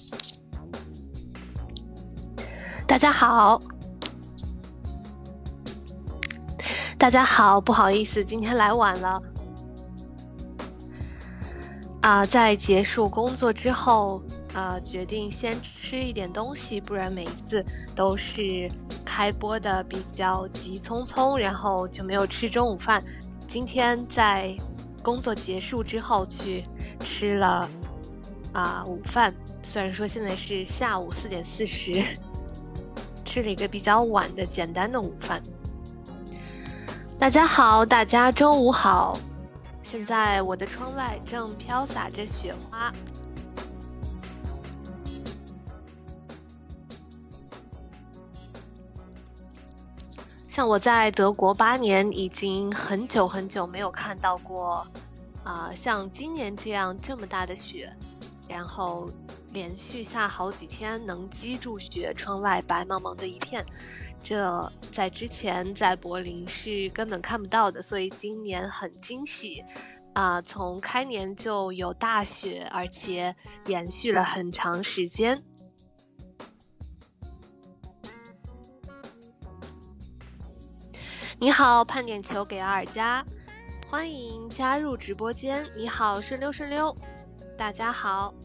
大家好，不好意思，今天来晚了。在结束工作之后，决定先吃一点东西，不然每一次都是开播的比较急匆匆，然后就没有吃中午饭。今天在工作结束之后去吃了午饭，虽然说现在是下午4点40，吃了一个比较晚的简单的午饭。大家好，大家中午好。现在我的窗外正飘洒着雪花。像我在德国8年，已经很久很久没有看到过像今年这么大的雪，然后连续下好几天能积住雪，窗外白茫茫的一片，这在之前在柏林是根本看不到的，所以今年很惊喜从开年就有大雪，而且延续了很长时间。你好，盼点球给阿尔加，欢迎加入直播间。你好，顺溜顺溜，大家好。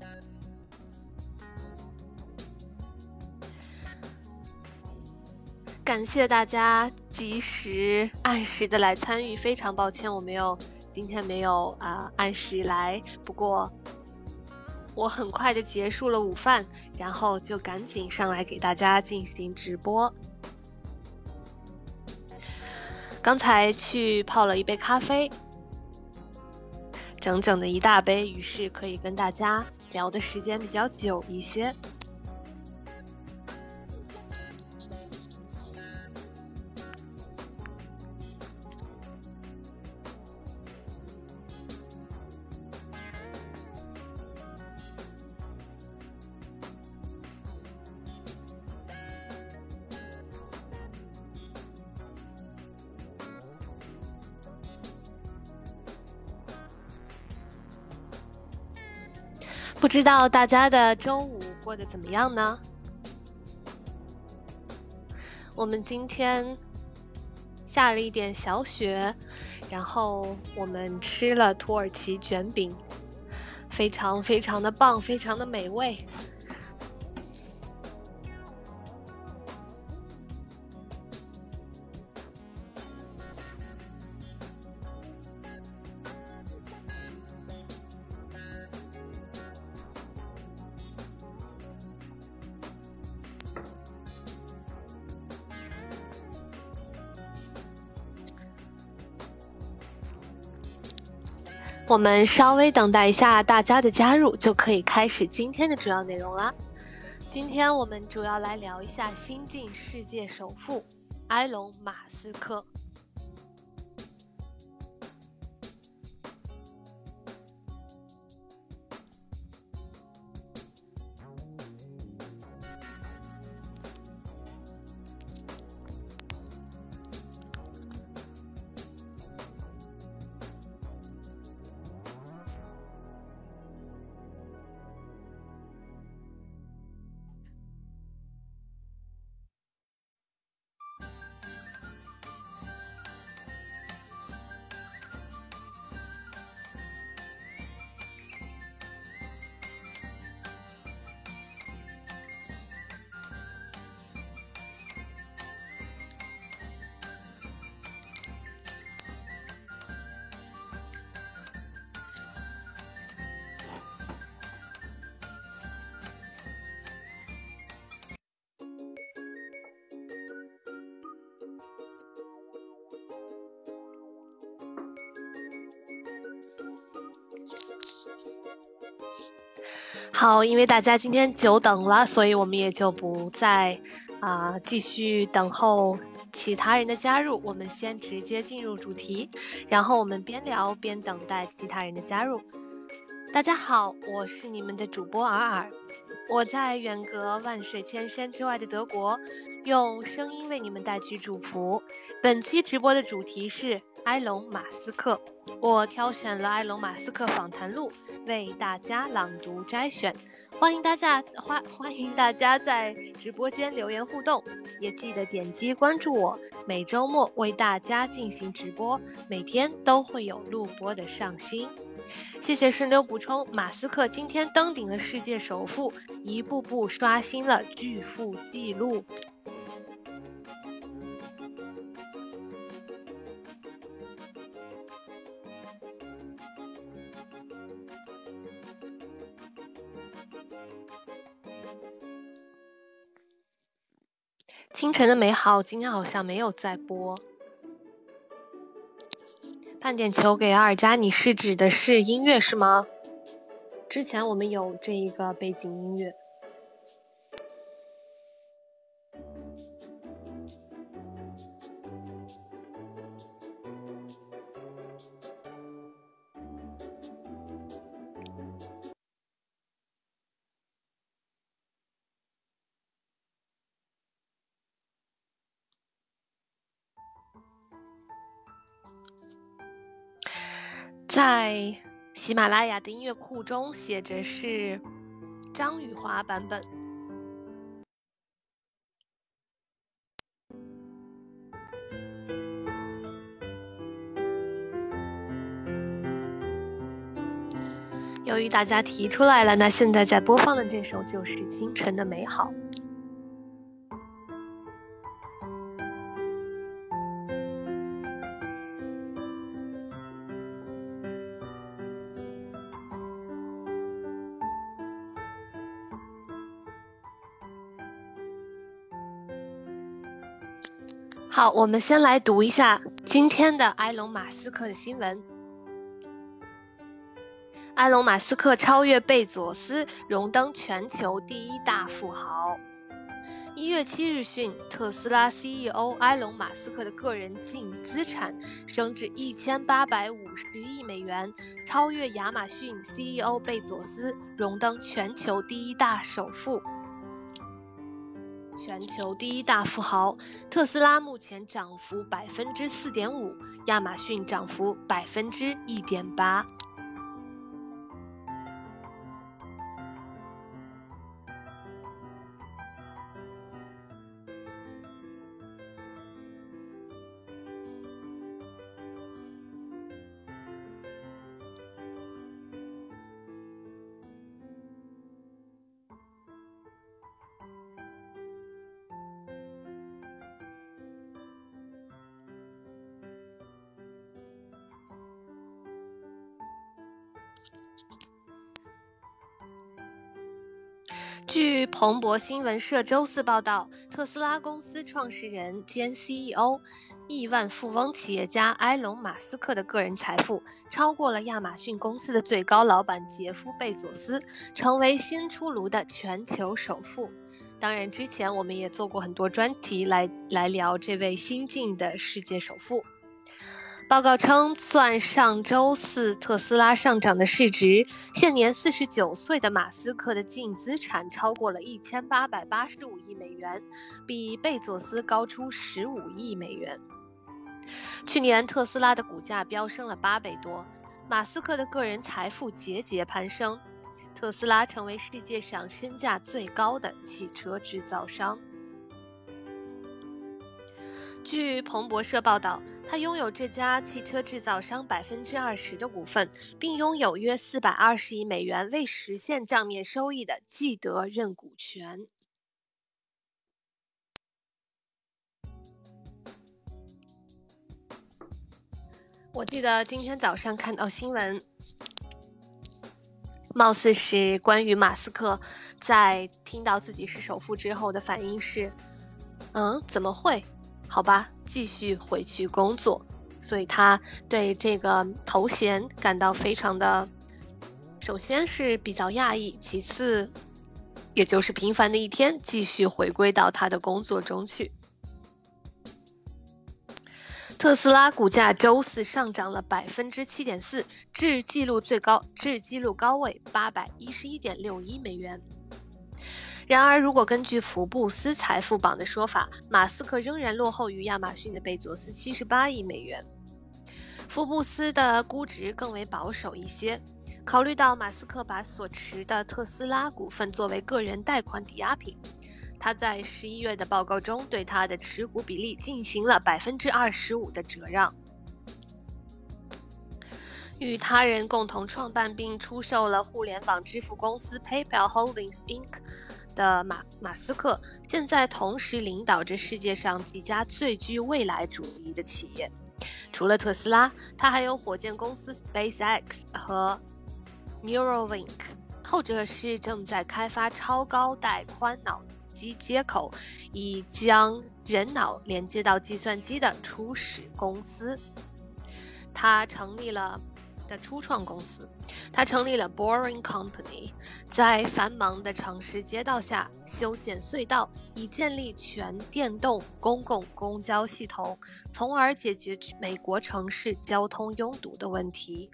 感谢大家及时按时的来参与，非常抱歉我今天没有按时来，不过我很快的结束了午饭，然后就赶紧上来给大家进行直播。刚才去泡了一杯咖啡，整整的一大杯，于是可以跟大家聊的时间比较久一些。不知道大家的周五过得怎么样呢？我们今天下了一点小雪，然后我们吃了土耳其卷饼，非常非常的棒，非常的美味。我们稍微等待一下大家的加入，就可以开始今天的主要内容了。今天我们主要来聊一下新晋世界首富埃隆·马斯克。好，因为大家今天久等了，所以我们也就不再继续等候其他人的加入，我们先直接进入主题，然后我们边聊边等待其他人的加入。大家好，我是你们的主播尔尔，我在远隔万水千山之外的德国，用声音为你们带去祝福。本期直播的主题是埃隆·马斯克。我挑选了埃隆·马斯克访谈录，为大家朗读摘选。欢迎大家在直播间留言互动，也记得点击关注我。每周末为大家进行直播，每天都会有录播的上新。谢谢顺流补充，马斯克今天登顶了世界首富，一步步刷新了巨富纪录。清晨的美好今天好像没有在播。判点球给阿尔加，你是指的是音乐是吗？之前我们有这一个背景音乐。在喜马拉雅的音乐库中写着是张宇华版本。由于大家提出来了，那现在在播放的这首就是《清晨的美好》。好，我们先来读一下今天的埃隆·马斯克的新闻。埃隆·马斯克超越贝佐斯，荣登全球第一大富豪。1月7日讯，特斯拉 CEO 埃隆·马斯克的个人净资产升至1850亿美元，超越亚马逊 CEO 贝佐斯，荣登全球第一大首富。全球第一大富豪，特斯拉目前涨幅 4.5%， 亚马逊涨幅 1.8%。据彭博新闻社周四报道，特斯拉公司创始人兼 CEO、亿万富翁企业家埃隆·马斯克的个人财富超过了亚马逊公司的最高老板杰夫·贝佐斯，成为新出炉的全球首富。当然，之前我们也做过很多专题来聊这位新晋的世界首富。报告称，算上周四特斯拉上涨的市值，现年49岁的马斯克的净资产超过了1885亿美元，比贝佐斯高出15亿美元。去年特斯拉的股价飙升了8倍多，马斯克的个人财富节节攀升，特斯拉成为世界上身价最高的汽车制造商。据彭博社报道，他拥有这家汽车制造商20%的股份，并拥有约420亿美元未实现账面收益的既得认股权。我记得今天早上看到新闻，貌似是关于马斯克在听到自己是首富之后的反应是，怎么会？好吧，继续回去工作。所以他对这个头衔感到非常的，首先是比较讶异，其次也就是平凡的一天，继续回归到他的工作中去。特斯拉股价周四上涨了 7.4%， 至纪录高位 811.61 美元。然而，如果根据福布斯财富榜的说法，马斯克仍然落后于亚马逊的贝佐斯78亿美元。 福布斯的估值更为保守一些。考虑到马斯克把所持的特斯拉股份作为个人贷款抵押品，他在11月的报告中对他的持股比例进行了25%的折让。与他人共同创办并出售了互联网支付公司 PayPal Holdings Inc. 的马斯克，现在同时领导着世界上几家最具未来主义的企业。除了特斯拉，他还有火箭公司 SpaceX 和 Neuralink， 后者是正在开发超高带宽脑机接口，以将人脑连接到计算机的初始公司。他成立了初创公司，他成立了 Boring Company， 在繁忙的城市街道下修建隧道，以建立全电动公共公交系统，从而解决美国城市交通拥堵的问题。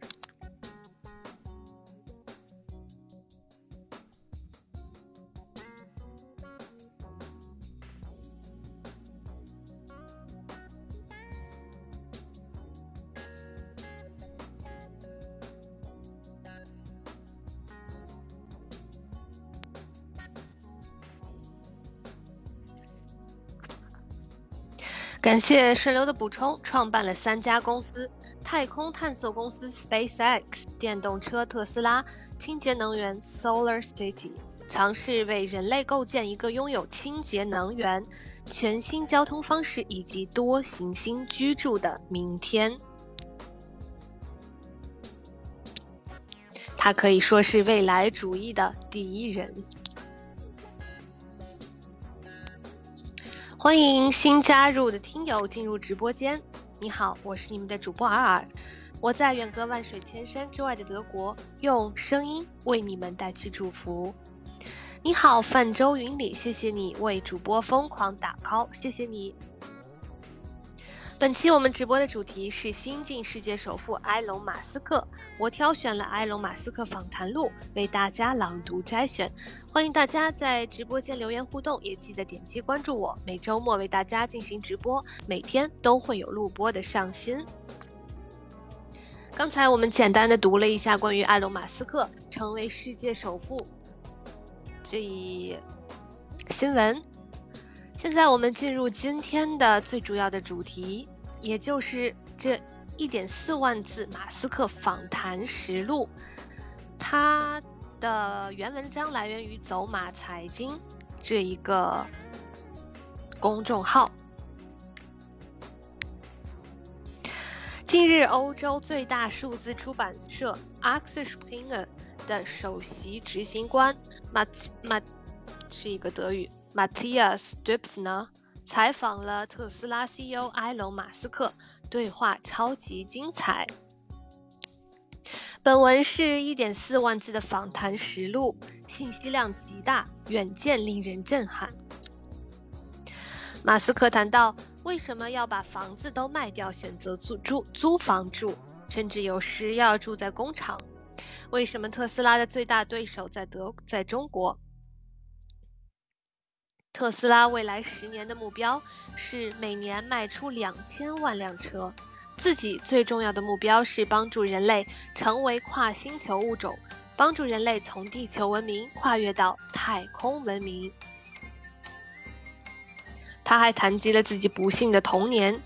感谢顺流的补充，创办了3家公司：太空探索公司 SpaceX、电动车特斯拉、清洁能源 Solar City， 尝试为人类构建一个拥有清洁能源、全新交通方式以及多行星居住的明天。他可以说是未来主义的第一人。欢迎新加入的听友进入直播间。你好，我是你们的主播尔尔，我在远隔万水千山之外的德国，用声音为你们带去祝福。你好，泛舟云里，谢谢你为主播疯狂打 call， 谢谢你。本期我们直播的主题是新晋世界首富埃隆·马斯克，我挑选了埃隆·马斯克访谈录为大家朗读摘选，欢迎大家在直播间留言互动，也记得点击关注我，每周末为大家进行直播，每天都会有录播的上新。刚才我们简单的读了一下关于埃隆·马斯克成为世界首富这一新闻，现在我们进入今天的最主要的主题，也就是这1.4万字马斯克访谈实录。它的原文章来源于走马财经这一个公众号。近日，欧洲最大数字出版社 Axel Springer 的首席执行官是一个德语Matthias Döpfner 采访了特斯拉 CEO 埃隆·马斯克，对话超级精彩。本文是1.4万字的访谈实录，信息量极大，远见令人震撼。马斯克谈到为什么要把房子都卖掉，选择租房住，甚至有时要住在工厂。为什么特斯拉的最大对手在中国？特斯拉未来10年的目标是每年卖出2000万辆车，自己最重要的目标是帮助人类成为跨星球物种，帮助人类从地球文明跨越到太空文明。他还谈及了自己不幸的童年，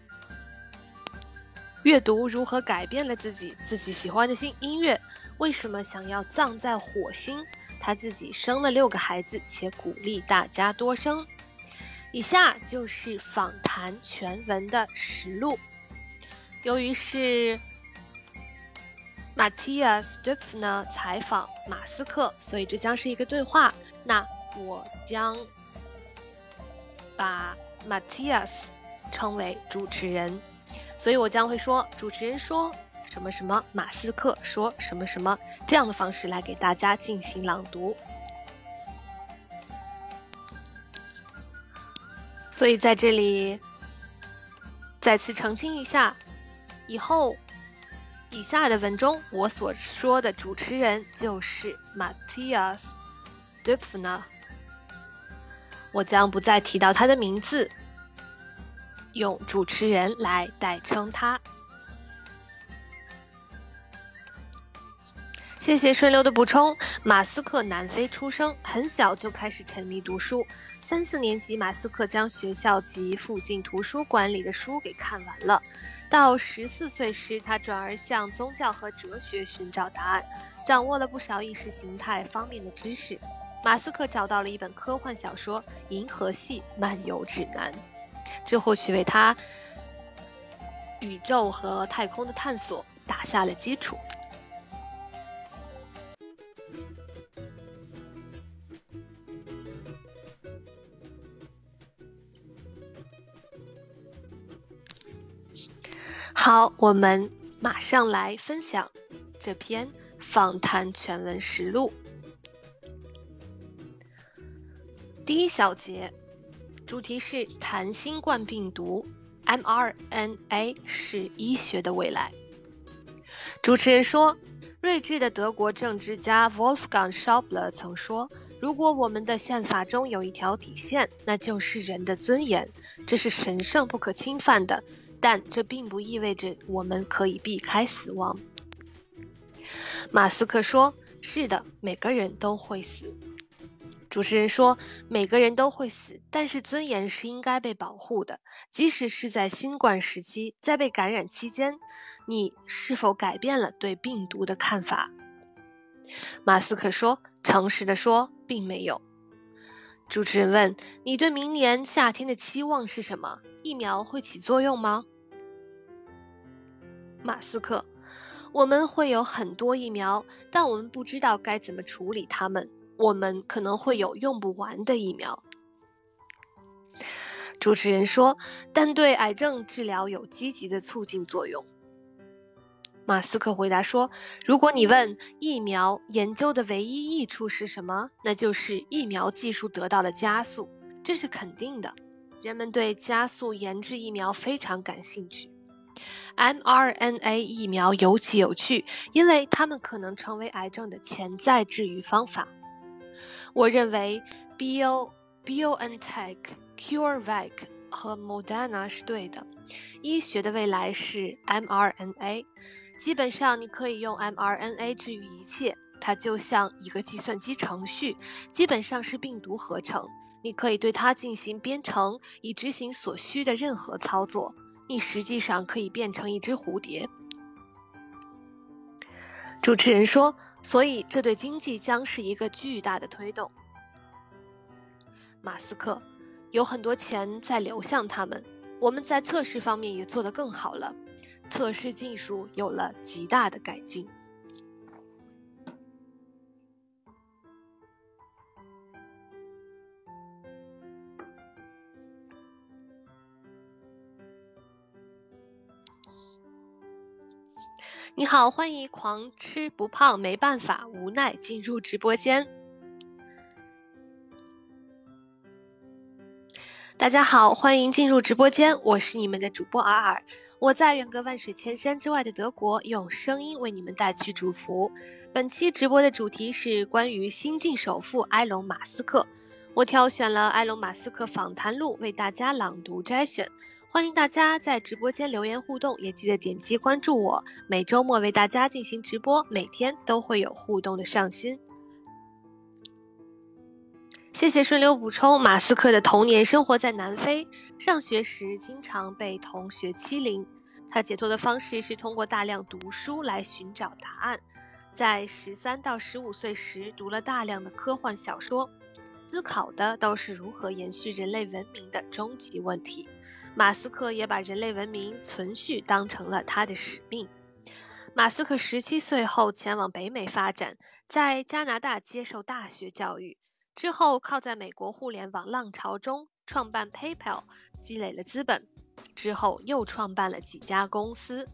阅读如何改变了自己喜欢的音乐，为什么想要葬在火星，他自己生了6个孩子，且鼓励大家多生。以下就是访谈全文的实录。由于是 Matthias Döpfner 采访马斯克，所以这将是一个对话。那我将把 Matthias 称为主持人，所以我将会说主持人说什么什么，马斯克说什么什么，这样的方式来给大家进行朗读。所以在这里再次澄清一下，以下的文中我所说的主持人就是 Matthias Döpfner， 我将不再提到他的名字，用主持人来代称他。 谢谢顺溜的补充。马斯克南非出生，很小就开始沉迷读书。3、4年级，马斯克将学校及附近图书馆里的书给看完了。到14岁时，他转而向宗教和哲学寻找答案，掌握了不少意识形态方面的知识。马斯克找到了一本科幻小说《银河系漫游指南》，这或许为他宇宙和太空的探索打下了基础。好，我们马上来分享这篇访谈全文实录。第一小节，主题是谈新冠病毒 mRNA 是医学的未来。主持人说，睿智的德国政治家 Wolfgang Schäuble 曾说，如果我们的宪法中有一条底线，那就是人的尊严，这是神圣不可侵犯的，但这并不意味着我们可以避开死亡。马斯克说，是的，每个人都会死。主持人说，每个人都会死，但是尊严是应该被保护的，即使是在新冠时期，在被感染期间，你是否改变了对病毒的看法？马斯克说，诚实地说，并没有。主持人问，你对明年夏天的期望是什么？疫苗会起作用吗？马斯克，我们会有很多疫苗，但我们不知道该怎么处理它们。我们可能会有用不完的疫苗。主持人说，但对癌症治疗有积极的促进作用。马斯克回答说，如果你问疫苗研究的唯一益处是什么，那就是疫苗技术得到了加速，这是肯定的。人们对加速研制疫苗非常感兴趣。mRNA 疫苗尤其有趣，因为它们可能成为癌症的潜在治愈方法。我认为 BioNTech、CureVac 和 Moderna 是对的。医学的未来是 mRNA， 基本上你可以用 mRNA 治愈一切，它就像一个计算机程序，基本上是病毒合成。你可以对它进行编程，以执行所需的任何操作。你实际上可以变成一只蝴蝶。主持人说，所以这对经济将是一个巨大的推动。马斯克，有很多钱在流向他们，我们在测试方面也做得更好了，测试技术有了极大的改进。你好，欢迎狂吃不胖没办法无奈进入直播间。大家好，欢迎进入直播间，我是你们的主播尔尔。我在远隔万水千山之外的德国，用声音为你们带去祝福。本期直播的主题是关于新晋首富埃隆·马斯克。我挑选了埃隆·马斯克访谈录为大家朗读摘选，欢迎大家在直播间留言互动，也记得点击关注我。每周末为大家进行直播，每天都会有互动的上新。谢谢顺流补充，马斯克的童年生活在南非，上学时经常被同学欺凌。他解脱的方式是通过大量读书来寻找答案。在13到15岁时，读了大量的科幻小说，思考的都是如何延续人类文明的终极问题。马斯克也把人类文明存续当成了他的使命。马斯克17岁后前往北美发展，在加拿大接受大学教育。之后靠在美国互联网浪潮中创办 PayPal， 积累了资本，之后又创办了几家公司。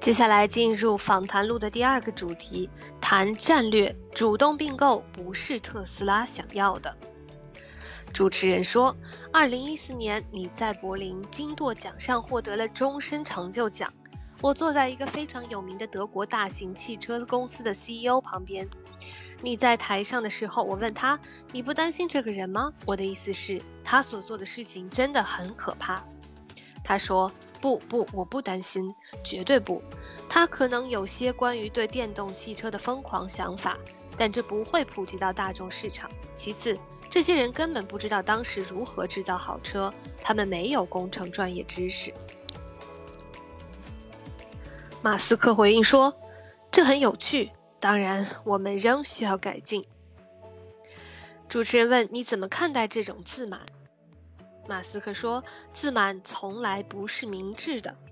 接下来进入访谈录的第二个主题，谈战略，主动并购不是特斯拉想要的。主持人说，2014年你在柏林金舵奖上获得了终身成就奖。我坐在一个非常有名的德国大型汽车公司的 CEO 旁边。你在台上的时候，我问他，你不担心这个人吗？我的意思是，他所做的事情真的很可怕。他说，不，我不担心，绝对不。他可能有些关于对电动汽车的疯狂想法，但这不会普及到大众市场。其次，这些人根本不知道当时如何制造好车，他们没有工程专业知识。马斯克回应说，这很有趣，当然我们仍需要改进。主持人问，你怎么看待这种自满？马斯克说，自满从来不是明智的。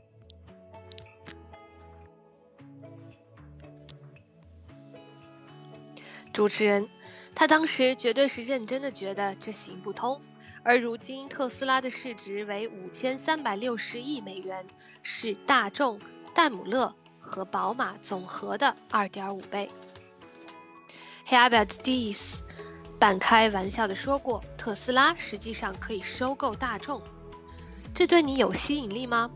主持人，他当时绝对是认真的觉得这行不通，而如今特斯拉的市值为5360亿美元，是大众、戴姆勒和宝马总和的2.5倍。Herbert Diess 半开玩笑地说过，特斯拉实际上可以收购大众，这对你有吸引力吗？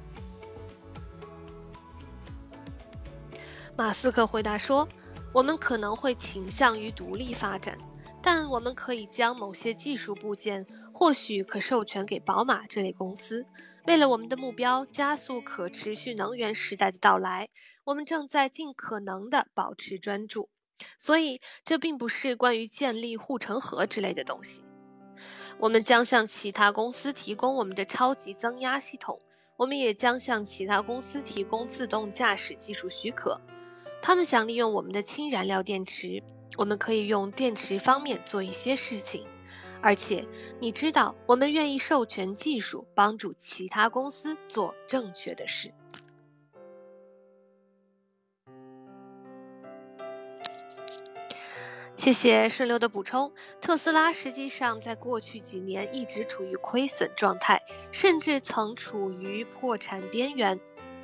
马斯克回答说，我们可能会倾向于独立发展，但我们可以将某些技术部件或许可授权给宝马这类公司。为了我们的目标，加速可持续能源时代的到来，我们正在尽可能地保持专注。所以这并不是关于建立护城河之类的东西。我们将向其他公司提供我们的超级增压系统，我们也将向其他公司提供自动驾驶技术许可。他们想利用我们的氢燃料电池，我们可以用电池方面做一些事情。而且你知道，我们愿意授权技术，帮助其他公司做正确的事。谢谢顺流的补充。特斯拉实际上在过去几年一直处于亏损状态，甚至曾处于破产边缘。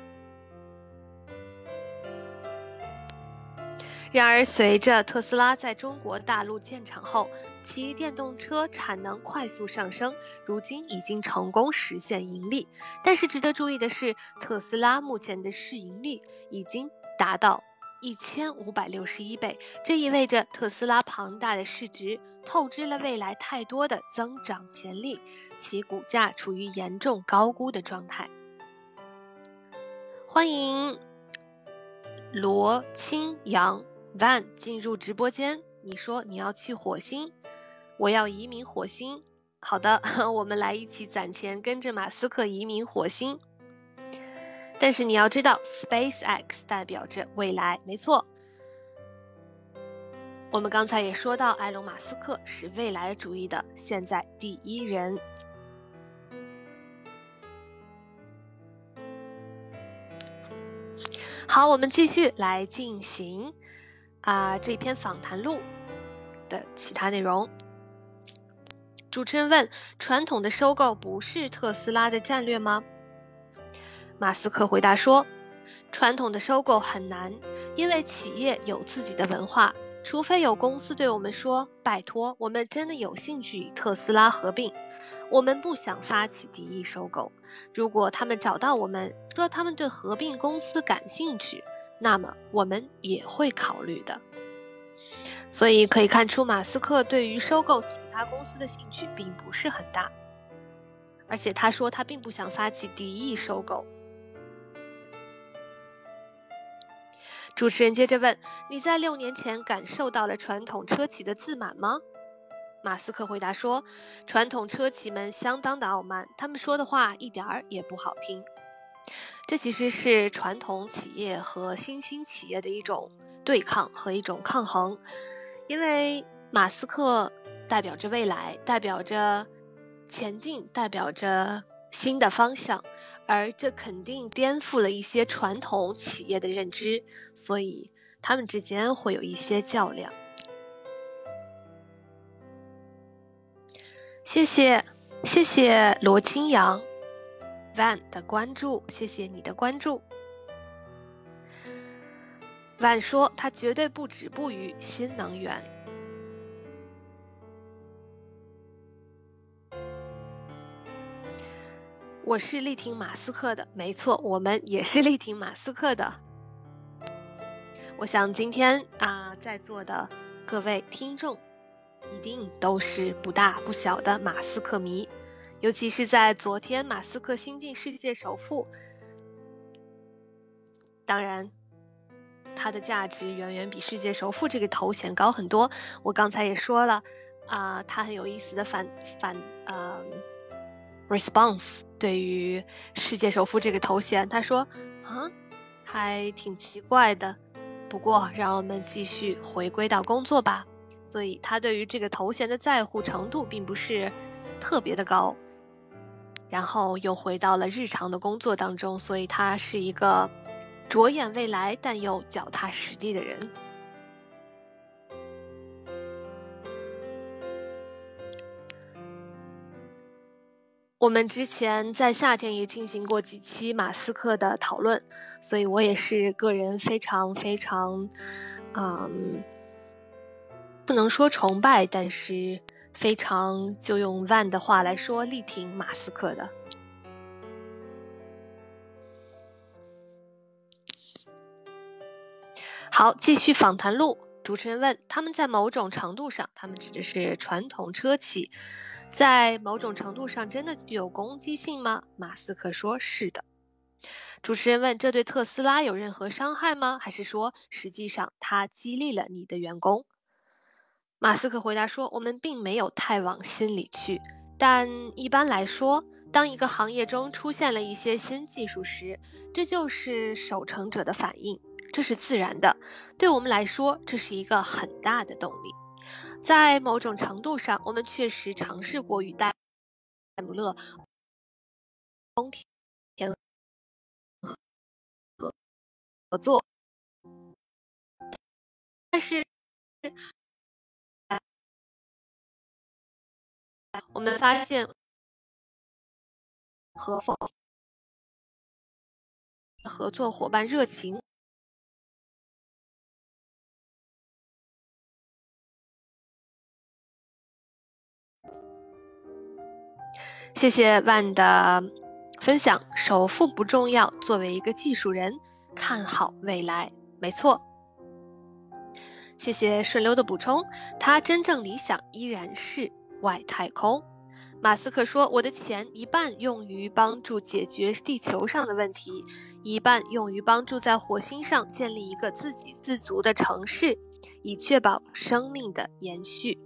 然而，随着特斯拉在中国大陆建厂后，其电动车产能快速上升，如今已经成功实现盈利。但是值得注意的是，特斯拉目前的市盈率已经达到1561倍，这意味着特斯拉庞大的市值透支了未来太多的增长潜力，其股价处于严重高估的状态。欢迎罗清扬 Van 进入直播间，你说你要去火星，我要移民火星。好的，我们来一起攒钱跟着马斯克移民火星。但是你要知道 SpaceX 代表着未来，没错。我们刚才也说到，埃隆·马斯克是未来主义的现在第一人。好，我们继续来进行这篇访谈录的其他内容。主持人问，传统的收购不是特斯拉的战略吗？马斯克回答说，传统的收购很难，因为企业有自己的文化，除非有公司对我们说，拜托，我们真的有兴趣与特斯拉合并，我们不想发起敌意收购。如果他们找到我们，说他们对合并公司感兴趣，那么我们也会考虑的。所以可以看出，马斯克对于收购其他公司的兴趣并不是很大，而且他说他并不想发起敌意收购。主持人接着问，你在6年前感受到了传统车企的自满吗？马斯克回答说，传统车企们相当的傲慢，他们说的话一点儿也不好听。这其实是传统企业和新兴企业的一种对抗和一种抗衡，因为马斯克代表着未来，代表着前进，代表着新的方向，而这肯定颠覆了一些传统企业的认知，所以他们之间会有一些较量。谢谢罗清扬 Van 的关注，谢谢你的关注。 万说它绝对不止步于新能源。我是力挺马斯克的，没错，我们也是力挺马斯克的。我想今天在座的各位听众一定都是不大不小的马斯克迷，尤其是在昨天马斯克新晋世界首富，当然他的价值远远比世界首富这个头衔高很多。我刚才也说了他很有意思的response 对于世界首富这个头衔，他说还挺奇怪的，不过让我们继续回归到工作吧。所以他对于这个头衔的在乎程度并不是特别的高，然后又回到了日常的工作当中，所以他是一个着眼未来但又脚踏实地的人。我们之前在夏天也进行过几期马斯克的讨论，所以我也是个人非常非常不能说崇拜，但是非常，就用万的话来说，力挺马斯克的。好，继续访谈录。主持人问，他们在某种程度上，他们指的是传统车企，在某种程度上真的具有攻击性吗？马斯克说是的。主持人问，这对特斯拉有任何伤害吗？还是说实际上它激励了你的员工？马斯克回答说，我们并没有太往心里去，但一般来说，当一个行业中出现了一些新技术时，这就是守成者的反应，这是自然的。对我们来说，这是一个很大的动力。在某种程度上，我们确实尝试过与戴姆勒、丰田合作，但是我们发现合作伙伴热情。谢谢万的分享。首富不重要，作为一个技术人，看好未来，没错。谢谢顺溜的补充，他真正理想依然是外太空。马斯克说，我的钱一半用于帮助解决地球上的问题，一半用于帮助在火星上建立一个自给自足的城市，以确保生命的延续。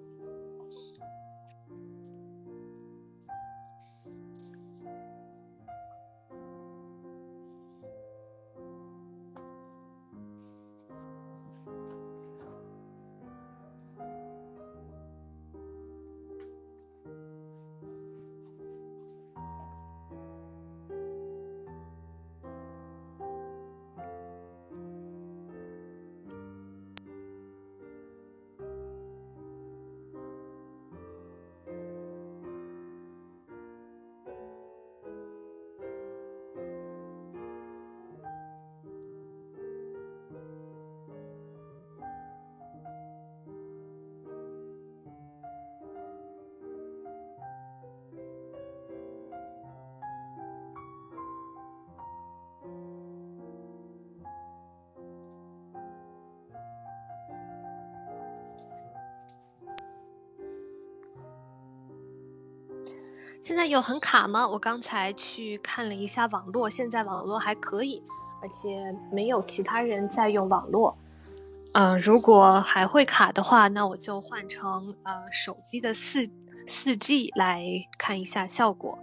现在有很卡吗？我刚才去看了一下网络，现在网络还可以，而且没有其他人在用网络。如果还会卡的话，那我就换成手机的4G 来看一下效果。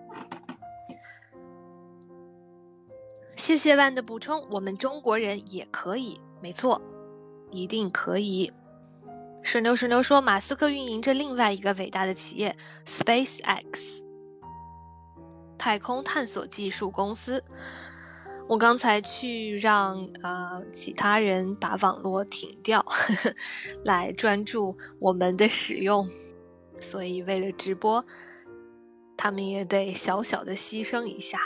谢谢万的补充，我们中国人也可以，没错，一定可以。顺流说，马斯克运营着另外一个伟大的企业 SpaceX。太空探索技术公司。我刚才去让其他人把网络停掉，来专注我们的使用，所以为了直播，他们也得小小的牺牲一下。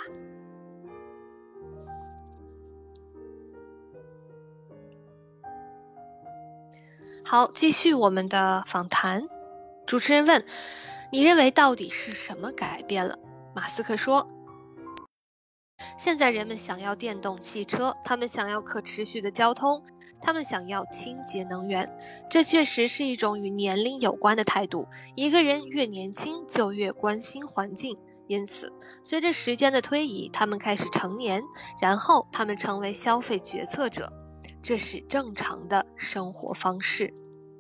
好，继续我们的访谈。主持人问：你认为到底是什么改变了？马斯克说：现在人们想要电动汽车，他们想要可持续的交通，他们想要清洁能源。这确实是一种与年龄有关的态度。一个人越年轻，就越关心环境。因此，随着时间的推移，他们开始成年，然后他们成为消费决策者。这是正常的生活方式。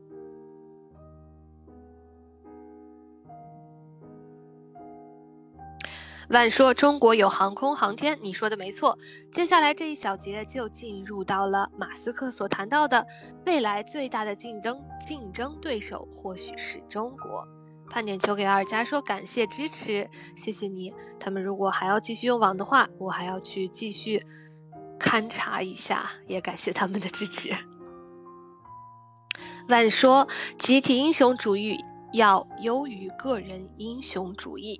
万说中国有航空航天，你说的没错。接下来这一小节就进入到了马斯克所谈到的未来最大的竞争对手或许是中国。判点球给二加说感谢支持，谢谢你。他们如果还要继续用网的话，我还要去继续勘察一下，也感谢他们的支持。万说集体英雄主义要优于个人英雄主义。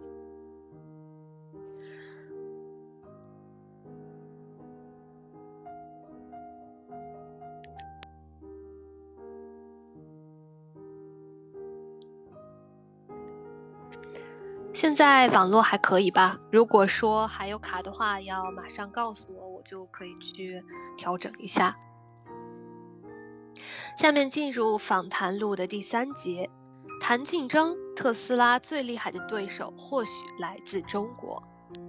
现在网络还可以吧？如果说还有卡的话，要马上告诉我，我就可以去调整一下。下面进入访谈录的第3节，谈竞争。特斯拉最厉害的对手或许来自中国。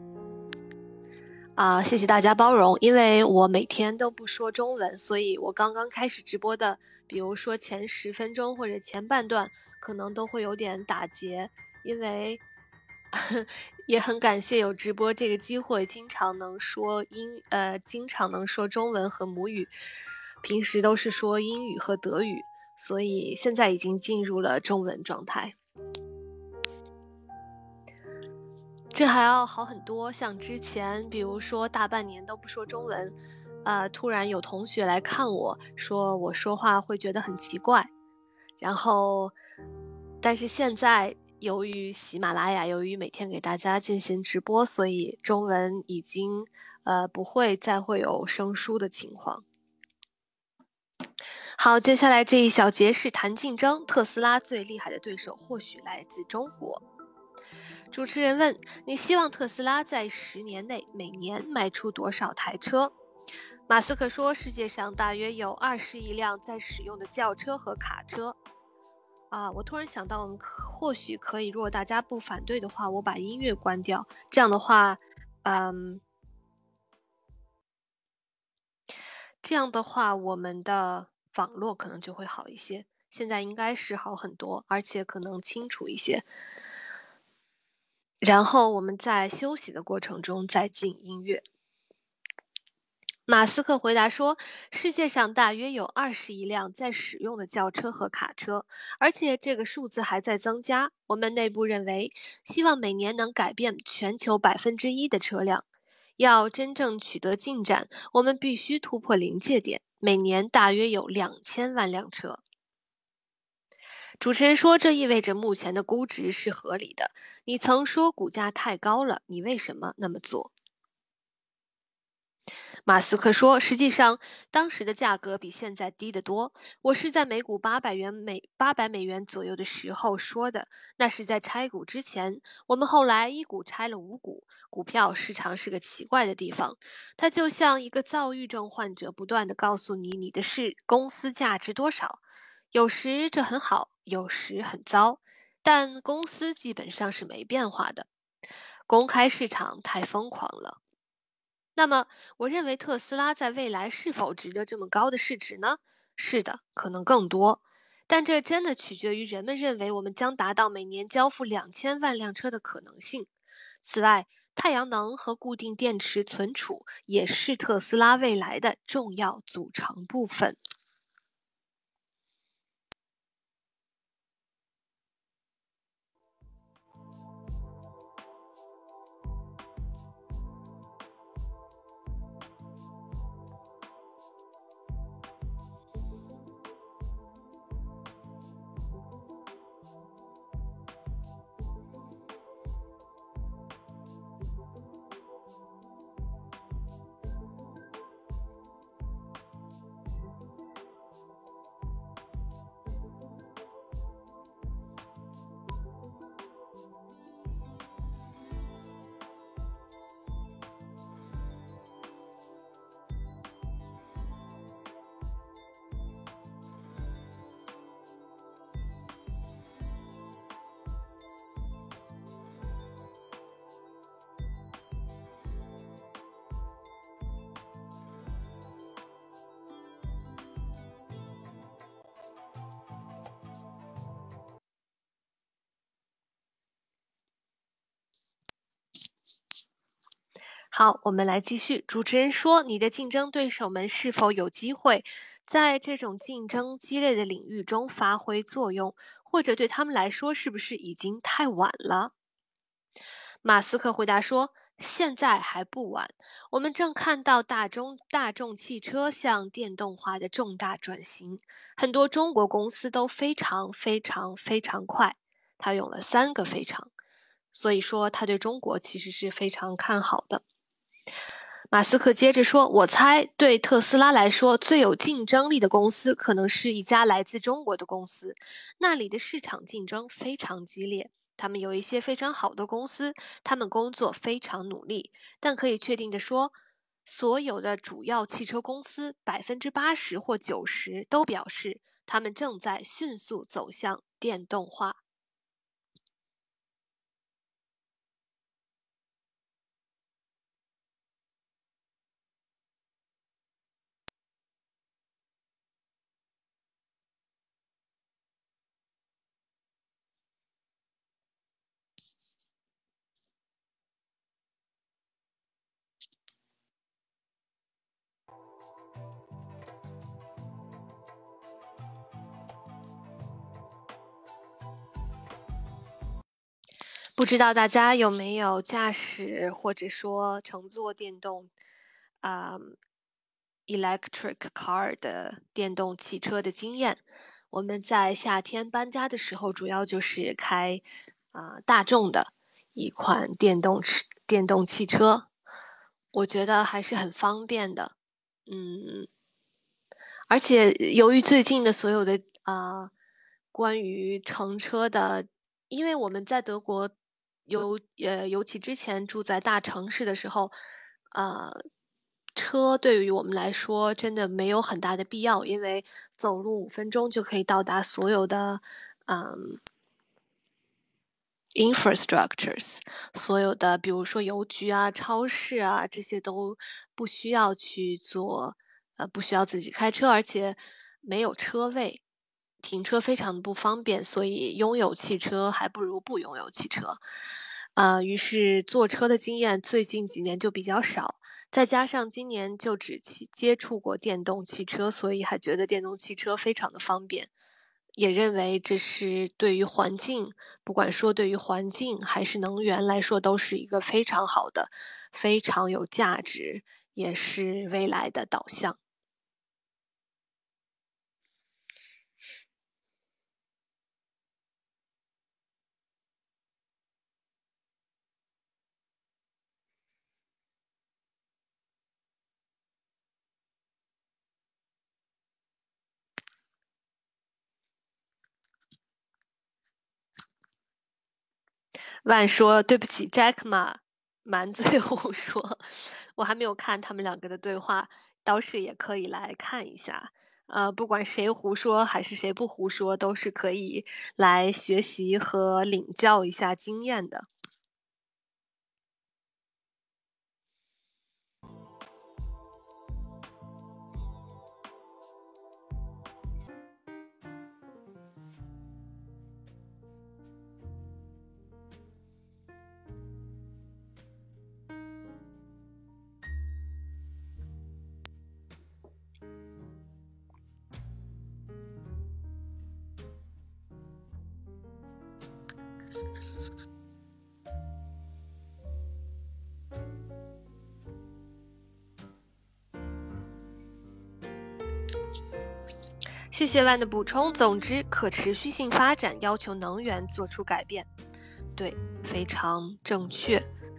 谢谢大家包容，因为我每天都不说中文，所以我刚刚开始直播的，比如说前10分钟或者前半段，可能都会有点打结，因为也很感谢有直播这个机会，经常能说中文和母语，平时都是说英语和德语，所以现在已经进入了中文状态。这还要好很多，像之前比如说大半年都不说中文，突然有同学来看我说我说话会觉得很奇怪，然后但是现在由于喜马拉雅，由于每天给大家进行直播，所以中文已经不会再会有生疏的情况。好，接下来这一小节是谈竞争。特斯拉最厉害的对手或许来自中国。主持人问：你希望特斯拉在10年内每年卖出多少台车？马斯克说：世界上大约有20亿辆在使用的轿车和卡车。我突然想到，我们或许可以，如果大家不反对的话，我把音乐关掉。这样的话，我们的网络可能就会好一些。现在应该是好很多，而且可能清楚一些。然后我们在休息的过程中再进音乐。马斯克回答说，世界上大约有20亿辆在使用的轿车和卡车，而且这个数字还在增加。我们内部认为，希望每年能改变全球1%的车辆。要真正取得进展，我们必须突破临界点，每年大约有2000万辆车。主持人说，这意味着目前的估值是合理的。你曾说股价太高了，你为什么那么做？马斯克说，实际上当时的价格比现在低得多。我是在每股800美元左右的时候说的，那是在拆股之前。我们后来一股拆了5股。股票市场是个奇怪的地方，它就像一个躁郁症患者，不断地告诉你你的公司价值多少。有时这很好，有时很糟，但公司基本上是没变化的。公开市场太疯狂了。那么，我认为特斯拉在未来是否值得这么高的市值呢？是的，可能更多。但这真的取决于人们认为我们将达到每年交付2000万辆车的可能性。此外，太阳能和固定电池存储也是特斯拉未来的重要组成部分。 好，我们来继续。主持人说，你的竞争对手们是否有机会在这种竞争激烈的领域中发挥作用，或者对他们来说，是不是已经太晚了？马斯克回答说：“现在还不晚，我们正看到大众汽车向电动化的重大转型，很多中国公司都非常快。”他用了3个非常，所以说他对中国其实是非常看好的。马斯克接着说：“我猜，对特斯拉来说，最有竞争力的公司可能是一家来自中国的公司，那里的市场竞争非常激烈。他们有一些非常好的公司，他们工作非常努力。但可以确定的说，所有的主要汽车公司80%或90%都表示，他们正在迅速走向电动化。”不知道大家有没有驾驶或者说乘坐电动啊、electric car 的电动汽车的经验？我们在夏天搬家的时候，主要就是开大众的一款电动汽车，我觉得还是很方便的。嗯，而且由于最近的所有的关于乘车的，因为我们在德国尤其之前住在大城市的时候，呃，车对于我们来说真的没有很大的必要，因为走路5分钟就可以到达所有的嗯 infrastructures，所有的比如说邮局啊、超市啊这些都不需要去做，不需要自己开车，而且没有车位，停车非常的不方便，所以拥有汽车还不如不拥有汽车。于是坐车的经验最近几年就比较少，再加上今年就只接触过电动汽车，所以还觉得电动汽车非常的方便，也认为这是对于环境，不管说对于环境还是能源来说，都是一个非常好的、非常有价值，也是未来的导向。万说：“对不起，Jack ma，满嘴胡说。”我还没有看他们两个的对话，倒是也可以来看一下。不管谁胡说还是谁不胡说，都是可以来学习和领教一下经验的。谢谢万的补充。总之，可持续性发展要求能源做出改变。对，非常正确。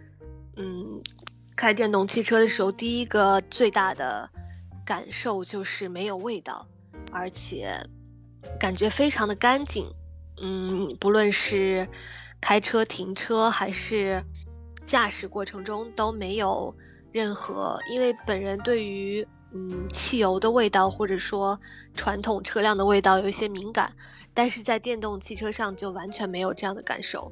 开电动汽车的时候，第一个最大的感受就是没有味道，而且感觉非常的干净。不论是开车、停车还是驾驶过程中都没有任何，因为本人对于汽油的味道或者说传统车辆的味道有一些敏感，但是在电动汽车上就完全没有这样的感受。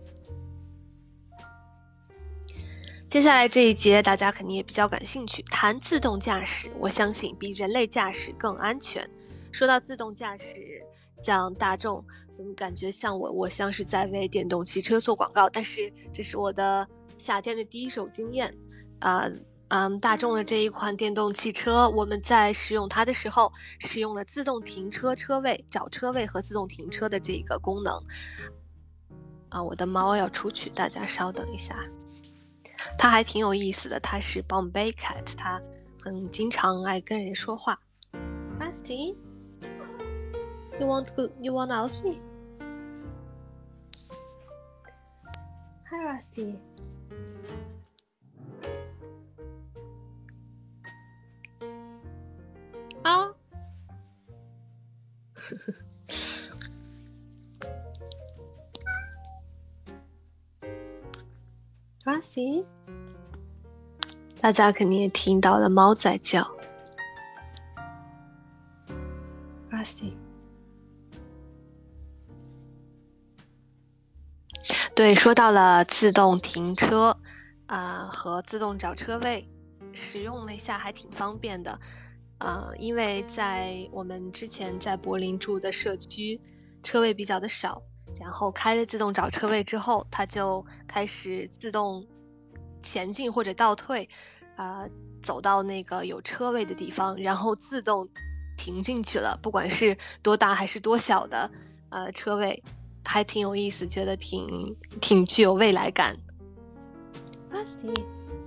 接下来这一节大家肯定也比较感兴趣，谈自动驾驶，我相信比人类驾驶更安全。说到自动驾驶，像大众，怎么感觉像我像是在为电动汽车做广告？但是这是我的夏天的第一手经验。 大众的这一款电动汽车，我们在使用它的时候，使用了自动停车车位、找车位和自动停车的这个功能。我的猫要出去，大家稍等一下。它还挺有意思的，它是 Bombay Cat，它很经常爱跟人说话。Rusty, you want Elsie? Hi, Rusty. 啊，Rusty， 大家肯定也听到了猫在叫。Rusty， 对，说到了自动停车和自动找车位，使用了一下还挺方便的。因为在我们之前在柏林住的社区，车位比较的少，然后开了自动找车位之后，它就开始自动前进或者倒退，走到那个有车位的地方，然后自动停进去了，不管是多大还是多小的车位，还挺有意思，觉得挺具有未来感。Rusty。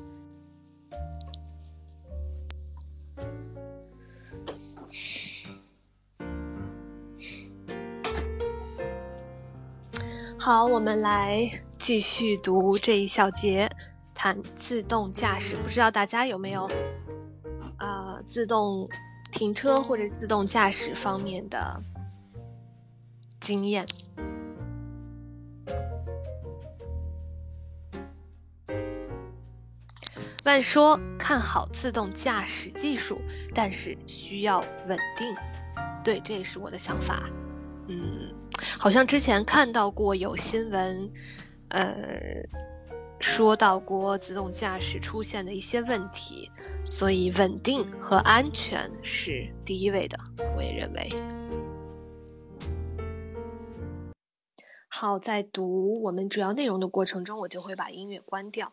好，我们来继续读这一小节，谈自动驾驶。不知道大家有没有自动停车或者自动驾驶方面的经验？万说看好自动驾驶技术，但是需要稳定。对，这也是我的想法。好像之前看到过有新闻，说到过自动驾驶出现的一些问题，所以稳定和安全是第一位的，我也认为。好，在读我们主要内容的过程中，我就会把音乐关掉。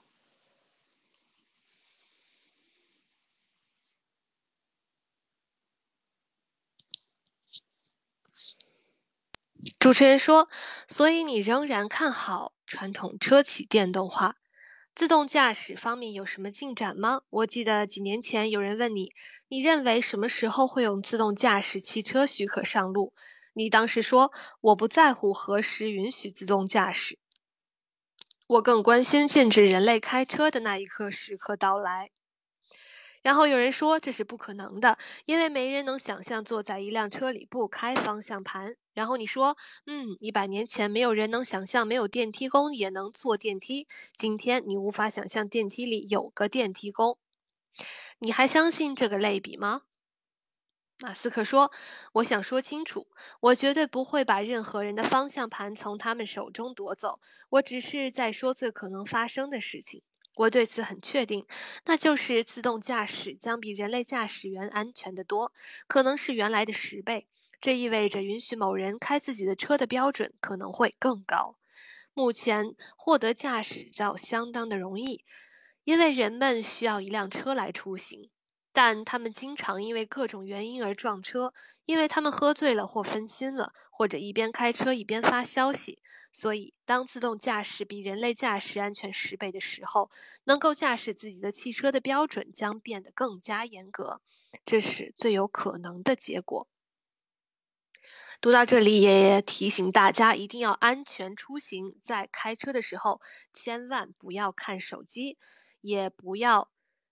主持人说，所以你仍然看好传统车企电动化。自动驾驶方面有什么进展吗？我记得几年前有人问你，你认为什么时候会有自动驾驶汽车许可上路？你当时说，我不在乎何时允许自动驾驶，我更关心禁止人类开车的那一刻时刻到来。然后有人说这是不可能的，因为没人能想象坐在一辆车里不开方向盘。然后你说，100年前没有人能想象没有电梯工也能坐电梯，今天你无法想象电梯里有个电梯工。你还相信这个类比吗？马斯克说，我想说清楚，我绝对不会把任何人的方向盘从他们手中夺走，我只是在说最可能发生的事情。我对此很确定，那就是自动驾驶将比人类驾驶员安全得多，可能是原来的10倍。这意味着允许某人开自己的车的标准可能会更高。目前获得驾驶照相当的容易，因为人们需要一辆车来出行，但他们经常因为各种原因而撞车，因为他们喝醉了或分心了，或者一边开车一边发消息。所以，当自动驾驶比人类驾驶安全10倍的时候，能够驾驶自己的汽车的标准将变得更加严格，这是最有可能的结果。读到这里，也提醒大家一定要安全出行，在开车的时候千万不要看手机，也不要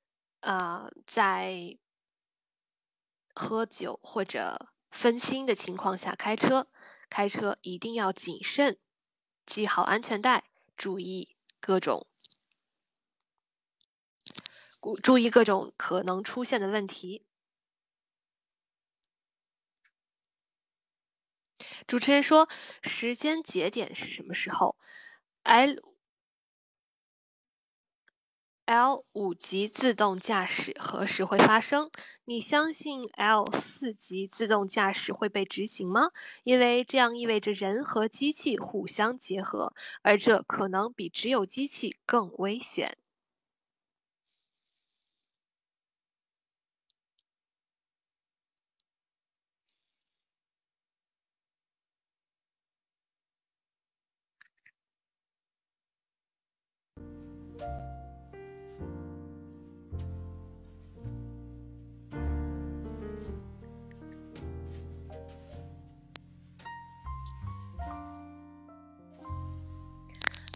在喝酒或者分心的情况下开车。开车一定要谨慎，系好安全带，注意各种可能出现的问题。主持人说，时间节点是什么时候？L5级自动驾驶何时会发生？你相信 L4级自动驾驶会被执行吗？因为这样意味着人和机器互相结合，而这可能比只有机器更危险。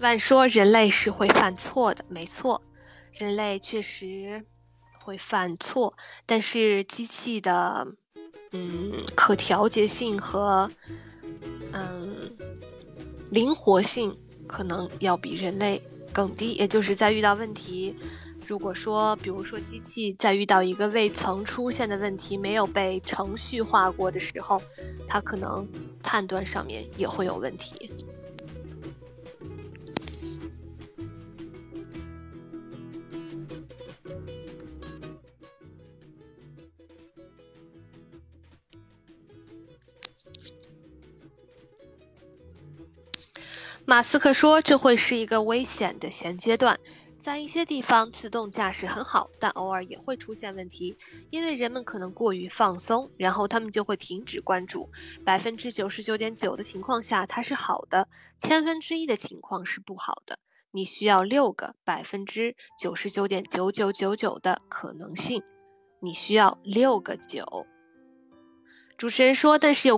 万说人类是会犯错的，没错，人类确实会犯错，但是机器的可调节性和嗯灵活性可能要比人类更低，也就是在遇到问题，如果说比如说机器在遇到一个未曾出现的问题，没有被程序化过的时候，它可能判断上面也会有问题。马斯克说，这会是一个危险的现阶段。在一些地方，自动驾驶很好，但偶尔也会出现问题，因为人们可能过于放松，然后他们就会停止关注。99.9%的情况下，它是好的；1/1000的情况是不好的。你需要6个99.9999%的可能性，你需要6个9。主持人说，但是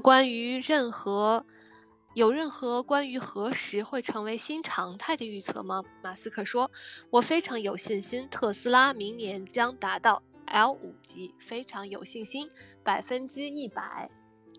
有任何关于何时会成为新常态的预测吗？马斯克说，我非常有信心，特斯拉明年将达到 L5级，非常有信心，100%。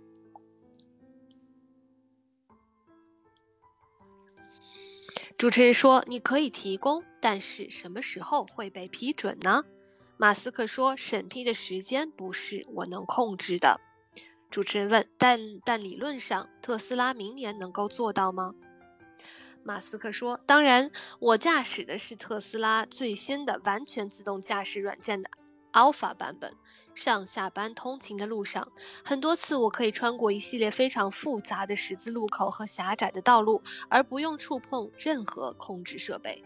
主持人说，你可以提供，但是什么时候会被批准呢？马斯克说，审批的时间不是我能控制的。主持人问：但理论上，特斯拉明年能够做到吗？马斯克说：“当然，我驾驶的是特斯拉最新的完全自动驾驶软件的 Alpha 版本。上下班通勤的路上，很多次我可以穿过一系列非常复杂的十字路口和狭窄的道路，而不用触碰任何控制设备。”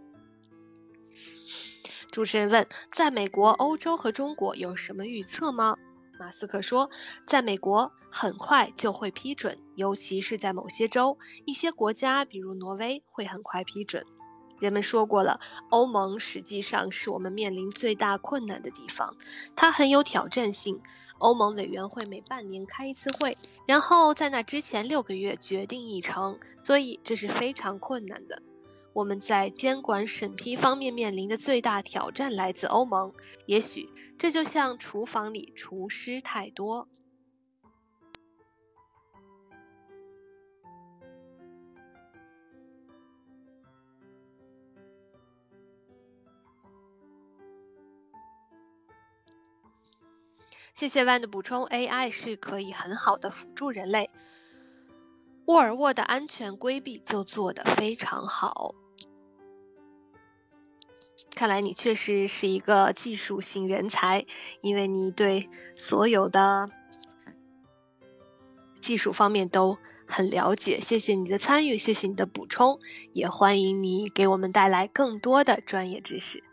主持人问：“在美国、欧洲和中国有什么预测吗？”马斯克说，在美国很快就会批准，尤其是在某些州，一些国家，比如挪威，会很快批准。人们说过了，欧盟实际上是我们面临最大困难的地方，它很有挑战性。欧盟委员会每半年开一次会，然后在那之前6个月决定议程，所以这是非常困难的。我们在监管审批方面面临的最大挑战来自欧盟，也许这就像厨房里厨师太多。谢谢万的补充 ，AI 是可以很好的辅助人类。沃尔沃的安全规避就做得非常好。看来你确实是一个技术型人才，因为你对所有的技术方面都很了解。谢谢你的参与，谢谢你的补充，也欢迎你给我们带来更多的专业知识。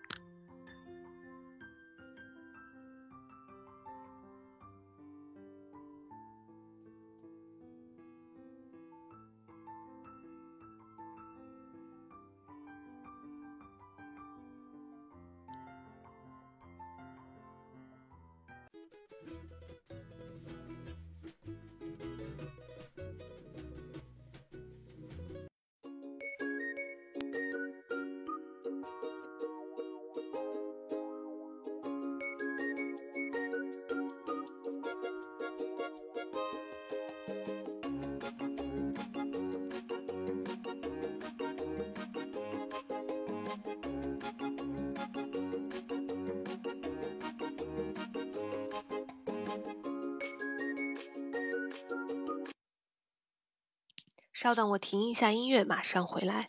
稍等，我停一下音乐，马上回来。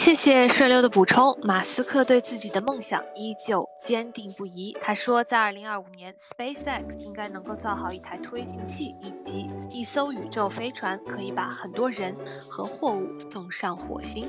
谢谢顺溜的补充。马斯克对自己的梦想依旧坚定不移。他说，在2025年 ，SpaceX 应该能够造好一台推进器以及一艘宇宙飞船，可以把很多人和货物送上火星。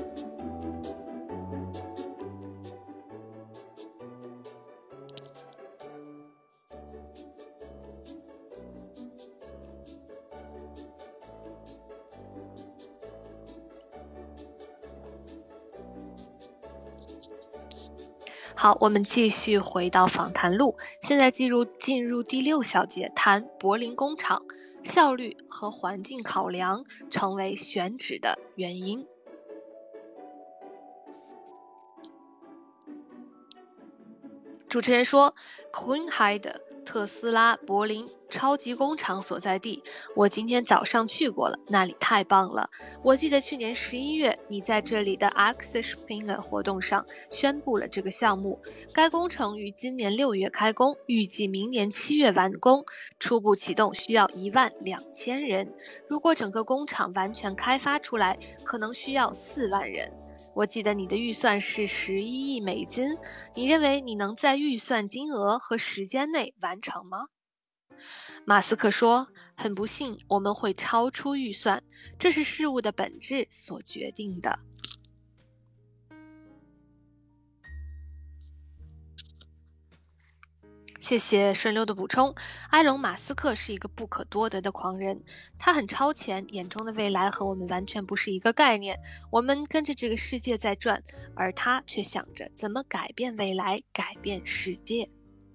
好，我们继续回到访谈录，现在进入第6小节，谈柏林工厂效率和环境考量成为选址的原因。主持人说 Grünheide 特斯拉柏林超级工厂所在地，我今天早上去过了，那里太棒了。我记得去年11月，你在这里的 Axespringe 活动上宣布了这个项目。该工程于今年6月开工，预计明年7月完工，初步启动需要12000人。如果整个工厂完全开发出来，可能需要4万人。我记得你的预算是11亿美金，你认为你能在预算金额和时间内完成吗？马斯克说，很不幸，我们会超出预算，这是事物的本质所决定的。谢谢顺溜的补充。埃隆·马斯克是一个不可多得的狂人，他很超前，眼中的未来和我们完全不是一个概念。我们跟着这个世界在转，而他却想着怎么改变未来，改变世界。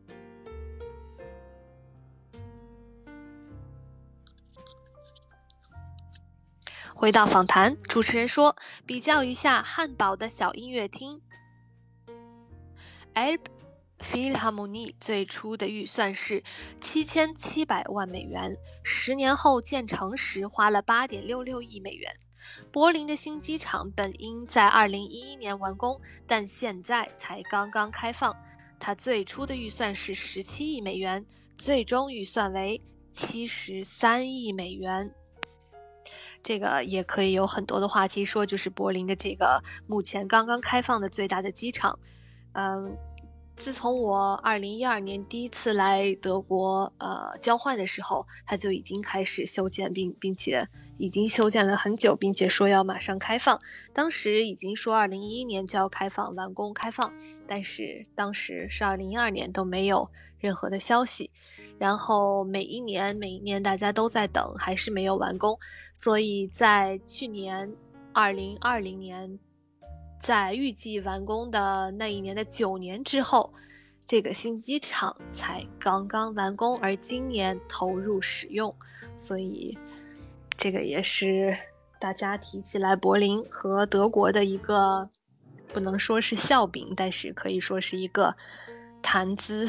回到访谈，主持人说，比较一下汉堡的小音乐厅 Philharmonie 最初的预算是7700万美元，10年后建成时花了8.66亿美元。柏林的新机场本应在2011年完工，但现在才刚刚开放。它最初的预算是17亿美元，最终预算为73亿美元。这个也可以有很多的话题说，就是柏林的这个目前刚刚开放的最大的机场。自从我2012年第一次来德国交换的时候，它就已经开始修建，并且已经修建了很久，并且说要马上开放。当时已经说2011年就要开放，完工开放，但是当时是2012年都没有任何的消息。然后每一年大家都在等，还是没有完工。所以在去年2020年。在预计完工的那一年的9年之后，这个新机场才刚刚完工，而今年投入使用，所以这个也是大家提起来柏林和德国的一个不能说是笑柄，但是可以说是一个谈资。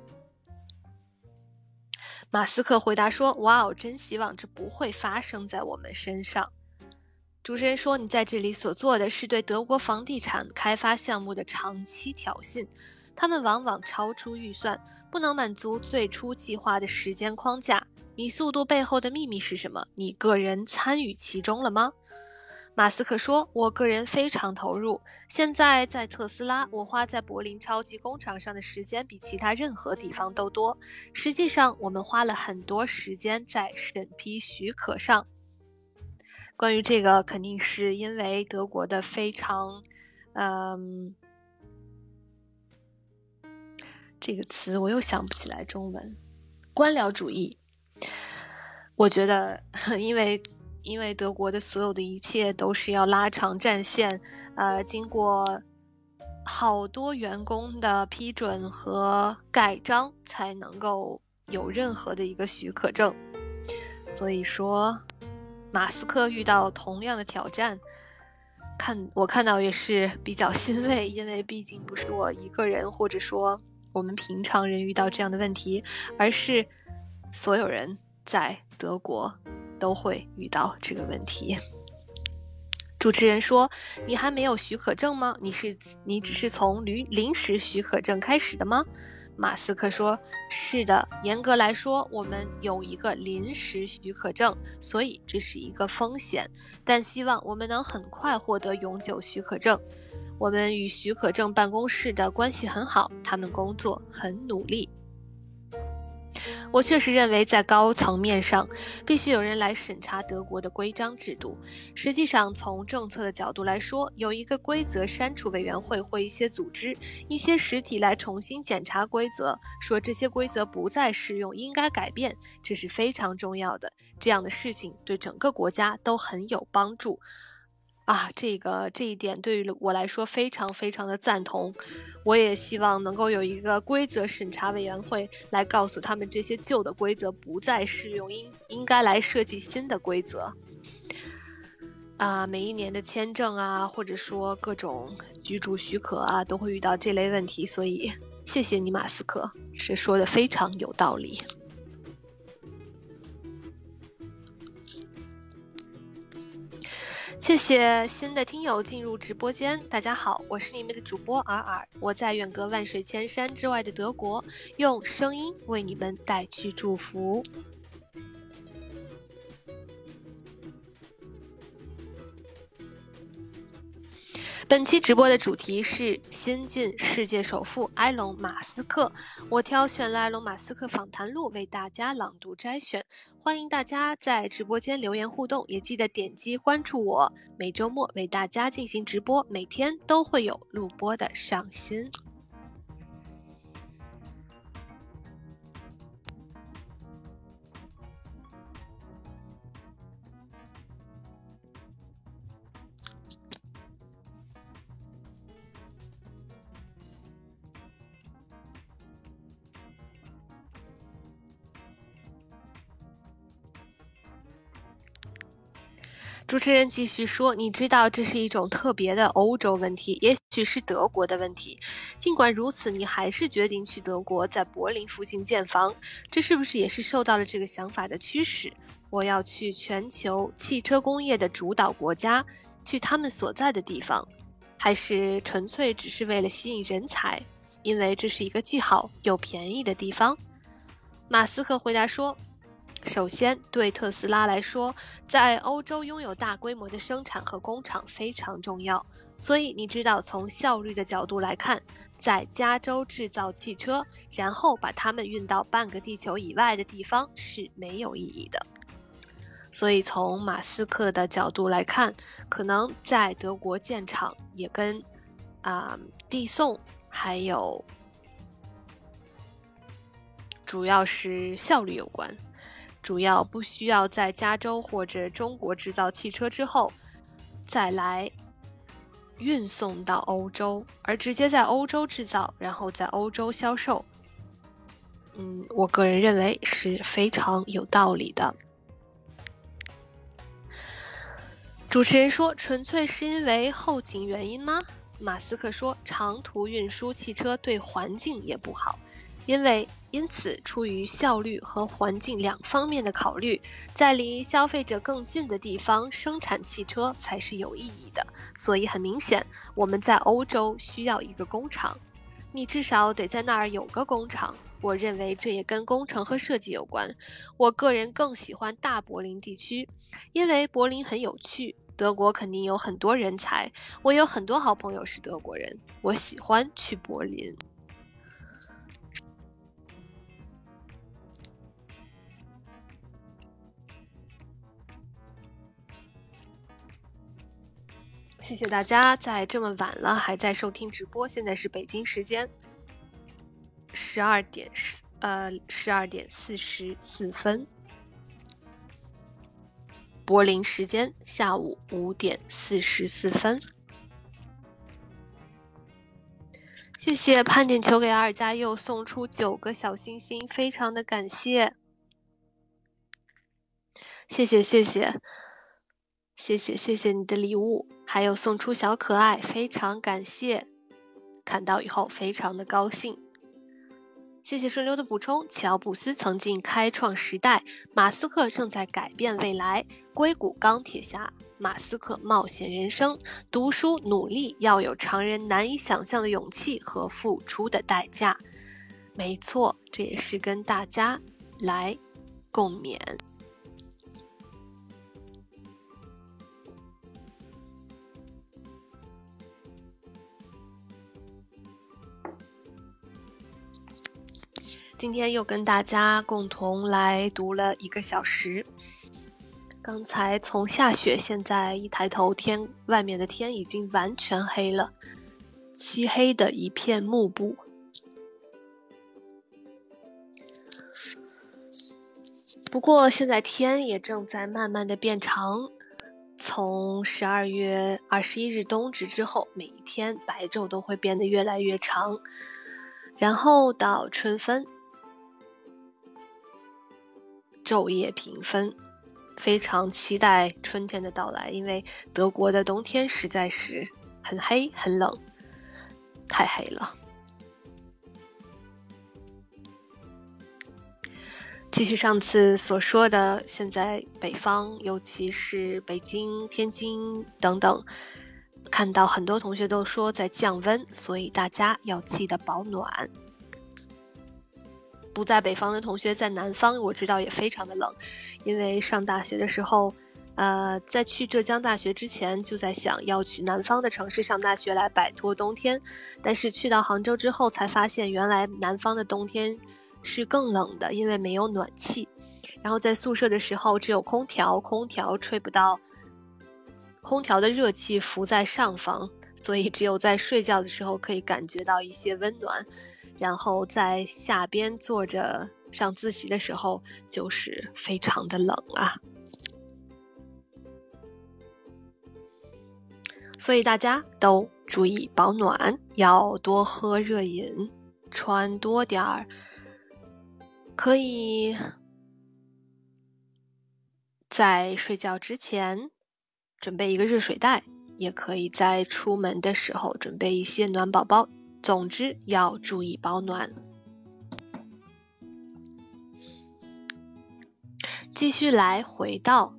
马斯克回答说，哇哦，真希望这不会发生在我们身上。主持人说，你在这里所做的是对德国房地产开发项目的长期挑衅，他们往往超出预算，不能满足最初计划的时间框架。你速度背后的秘密是什么？你个人参与其中了吗？马斯克说，我个人非常投入，现在在特斯拉，我花在柏林超级工厂上的时间比其他任何地方都多。实际上，我们花了很多时间在审批许可上。关于这个，肯定是因为德国的非常，这个词我又想不起来中文，官僚主义。我觉得，因为德国的所有的一切都是要拉长战线，经过好多员工的批准和盖章，才能够有任何的一个许可证。所以说，马斯克遇到同样的挑战，我看到也是比较欣慰，因为毕竟不是我一个人，或者说我们平常人遇到这样的问题，而是所有人在德国都会遇到这个问题。主持人说，你还没有许可证吗？你只是从临时许可证开始的吗？马斯克说，是的，严格来说，我们有一个临时许可证，所以这是一个风险，但希望我们能很快获得永久许可证。 我们与许可证办公室的关系很好，他们工作很努力。我确实认为，在高层面上，必须有人来审查德国的规章制度。实际上，从政策的角度来说，有一个规则删除委员会或一些组织、一些实体来重新检查规则，说这些规则不再适用，应该改变，这是非常重要的。这样的事情对整个国家都很有帮助。这一点对于我来说非常非常的赞同，我也希望能够有一个规则审查委员会来告诉他们这些旧的规则不再适用，应该来设计新的规则。每一年的签证或者说各种居住许可都会遇到这类问题，所以谢谢你，马斯克，是说的非常有道理。谢谢新的听友进入直播间，大家好，我是你们的主播尔，我在远隔万水千山之外的德国，用声音为你们带去祝福。本期直播的主题是新晋世界首富埃隆·马斯克，我挑选了埃隆·马斯克访谈录为大家朗读摘选，欢迎大家在直播间留言互动，也记得点击关注我，每周末为大家进行直播，每天都会有录播的上新。主持人继续说，你知道这是一种特别的欧洲问题，也许是德国的问题。尽管如此，你还是决定去德国，在柏林附近建房，这是不是也是受到了这个想法的驱使？我要去全球汽车工业的主导国家，去他们所在的地方，还是纯粹只是为了吸引人才，因为这是一个既好又便宜的地方？马斯克回答说，首先，对特斯拉来说，在欧洲拥有大规模的生产和工厂非常重要。所以，你知道，从效率的角度来看，在加州制造汽车，然后把它们运到半个地球以外的地方是没有意义的。所以，从马斯克的角度来看，可能在德国建厂也跟递送还有主要是效率有关。主要不需要在加州或者中国制造汽车之后，再来运送到欧洲，而直接在欧洲制造，然后在欧洲销售。我个人认为是非常有道理的。主持人说，纯粹是因为后勤原因吗？马斯克说，长途运输汽车对环境也不好，因此，出于效率和环境两方面的考虑，在离消费者更近的地方生产汽车才是有意义的。所以很明显，我们在欧洲需要一个工厂，你至少得在那儿有个工厂。我认为这也跟工程和设计有关。我个人更喜欢大柏林地区，因为柏林很有趣。德国肯定有很多人才，我有很多好朋友是德国人，我喜欢去柏林。谢谢大家在这么晚了还在收听直播，现在是北京时间12点44分，柏林时间下午5点44分。谢谢潘点球给阿尔加又送出9个小星星，非常的感谢，谢谢你的礼物，还有送出小可爱，非常感谢，看到以后非常的高兴。谢谢顺流的补充，乔布斯曾经开创时代，马斯克正在改变未来。硅谷钢铁侠，马斯克冒险人生，读书努力要有常人难以想象的勇气和付出的代价。没错，这也是跟大家来共勉。 今天又跟大家共同来读了1个小时。刚才从下雪，现在一抬头外面的天已经完全黑了，漆黑的一片幕布。不过现在天也正在慢慢的变长，从12月21日冬至之后，每一天白昼都会变得越来越长，然后到春分，昼夜平分。非常期待春天的到来，因为德国的冬天实在是很黑很冷，太黑了。继续上次所说的，现在北方，尤其是北京、天津等等，看到很多同学都说在降温，所以大家要记得保暖。不在北方的同学在南方，我知道也非常的冷，因为上大学的时候，在去浙江大学之前就在想要去南方的城市上大学来摆脱冬天，但是去到杭州之后才发现，原来南方的冬天是更冷的，因为没有暖气。然后在宿舍的时候只有空调，空调吹不到，空调的热气浮在上方，所以只有在睡觉的时候可以感觉到一些温暖。然后在下边坐着上自习的时候就是非常的冷啊，所以大家都注意保暖，要多喝热饮，穿多点儿，可以在睡觉之前准备一个热水袋，也可以在出门的时候准备一些暖宝宝，总之要注意保暖。继续来回到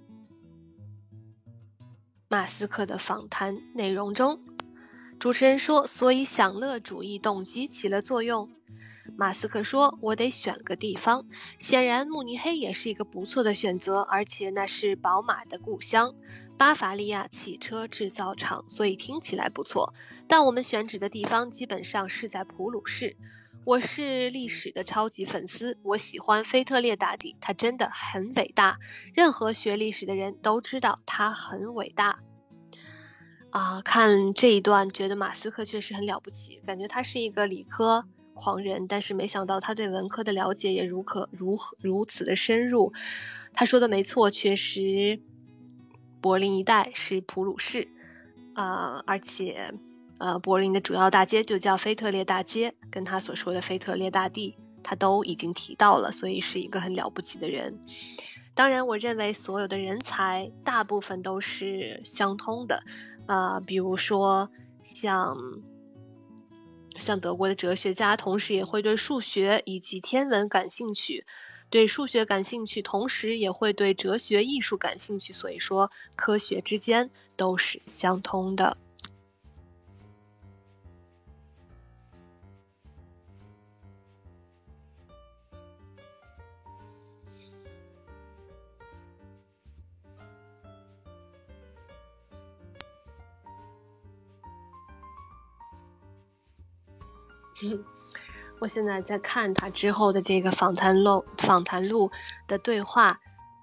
马斯克的访谈内容中，主持人说，所以享乐主义动机起了作用。马斯克说，我得选个地方，显然慕尼黑也是一个不错的选择，而且那是宝马的故乡，巴伐利亚汽车制造厂，所以听起来不错。但我们选址的地方基本上是在普鲁士。我是历史的超级粉丝，我喜欢腓特烈大帝，他真的很伟大，任何学历史的人都知道他很伟大。看这一段觉得马斯克确实很了不起，感觉他是一个理科狂人，但是没想到他对文科的了解也如此的深入。他说的没错，确实柏林一带是普鲁士，而且柏林的主要大街就叫腓特烈大街，跟他所说的腓特烈大帝他都已经提到了，所以是一个很了不起的人。当然我认为所有的人才大部分都是相通的，比如说像德国的哲学家，同时也会对数学以及天文感兴趣，对数学感兴趣，同时也会对哲学艺术感兴趣，所以说科学之间都是相通的。我现在在看他之后的这个访谈录的对话，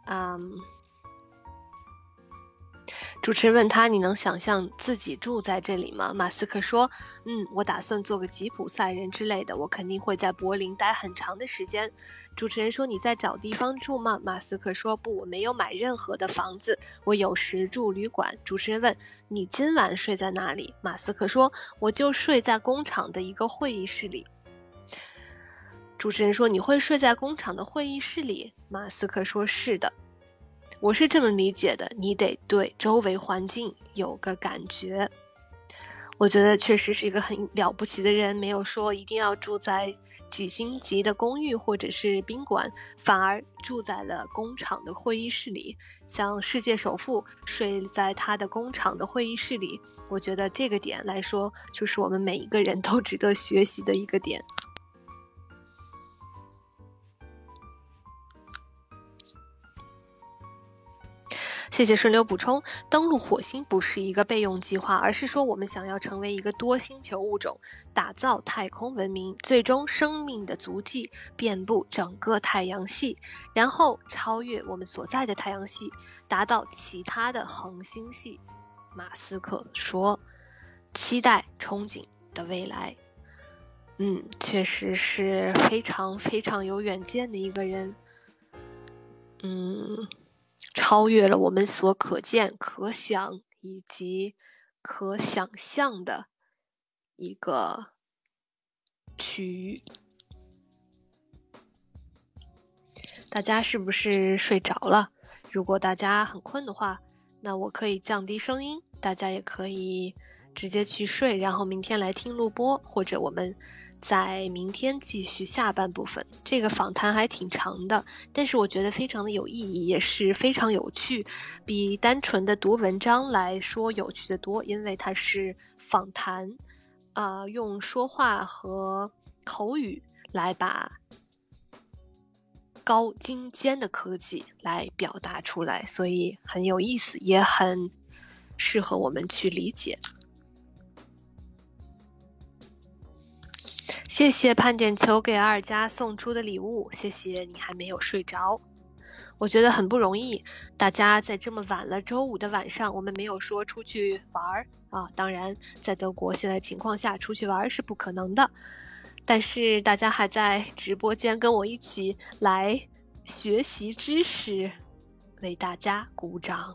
主持人问他，你能想象自己住在这里吗？马斯克说，我打算做个吉普赛人之类的，我肯定会在柏林待很长的时间。主持人说，你在找地方住吗？马斯克说，不，我没有买任何的房子，我有时住旅馆。主持人问，你今晚睡在哪里？马斯克说，我就睡在工厂的一个会议室里。主持人说，你会睡在工厂的会议室里？马斯克说，是的。我是这么理解的，你得对周围环境有个感觉。我觉得确实是一个很了不起的人，没有说一定要住在几星级的公寓或者是宾馆，反而住在了工厂的会议室里，像世界首富睡在他的工厂的会议室里，我觉得这个点来说，就是我们每一个人都值得学习的一个点。 谢谢顺流补充，登陆火星不是一个备用计划，而是说我们想要成为一个多星球物种，打造太空文明，最终生命的足迹遍布整个太阳系，然后超越我们所在的太阳系，达到其他的恒星系。马斯克说，期待憧憬的未来。确实是非常非常有远见的一个人。超越了我们所可见、可想以及可想象的一个区域。大家是不是睡着了？如果大家很困的话，那我可以降低声音，大家也可以直接去睡，然后明天来听录播，或者我们在明天继续下半部分。这个访谈还挺长的，但是我觉得非常的有意义，也是非常有趣，比单纯的读文章来说有趣的多，因为它是访谈，用说话和口语来把高精尖的科技来表达出来，所以很有意思，也很适合我们去理解。谢谢盼点球给阿尔加送出的礼物，谢谢你还没有睡着。我觉得很不容易，大家在这么晚了周五的晚上，我们没有说出去玩啊。当然，在德国现在情况下出去玩是不可能的，但是大家还在直播间跟我一起来学习知识，为大家鼓掌。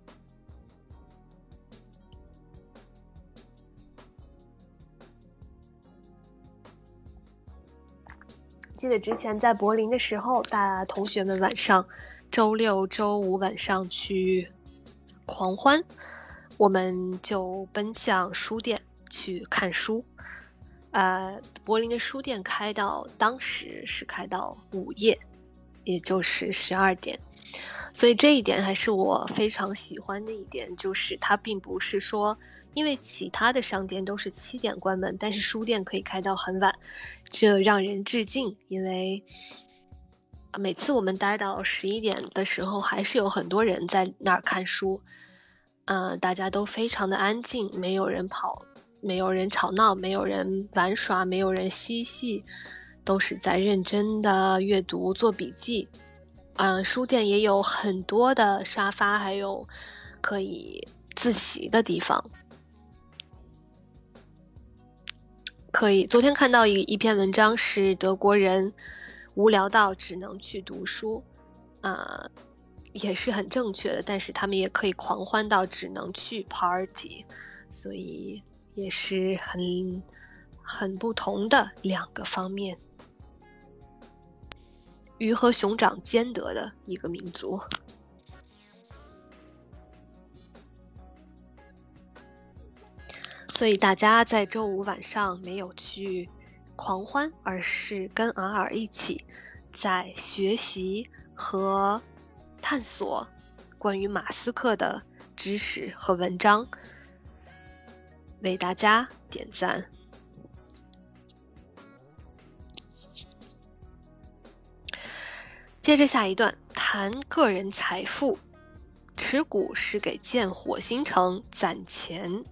记得之前在柏林的时候，大同学们晚上周六周五晚上去狂欢，我们就奔向书店去看书。柏林的书店当时是开到午夜，也就是12点，所以这一点还是我非常喜欢的一点，就是它并不是说因为其他的商店都是7点关门，但是书店可以开到很晚，这让人致敬。因为每次我们待到11点的时候，还是有很多人在那儿看书，大家都非常的安静，没有人跑，没有人吵闹，没有人玩耍，没有人嬉戏，都是在认真的阅读做笔记。书店也有很多的沙发，还有可以自习的地方。昨天看到一篇文章，是德国人无聊到只能去读书，也是很正确的，但是他们也可以狂欢到只能去 party， 所以也是很不同的两个方面。鱼和熊掌兼得的一个民族。所以大家在周五晚上没有去狂欢，而是跟阿尔一起在学习和探索关于马斯克的知识和文章，为大家点赞。接着下一段谈个人财富，持股是给建火星城攒钱。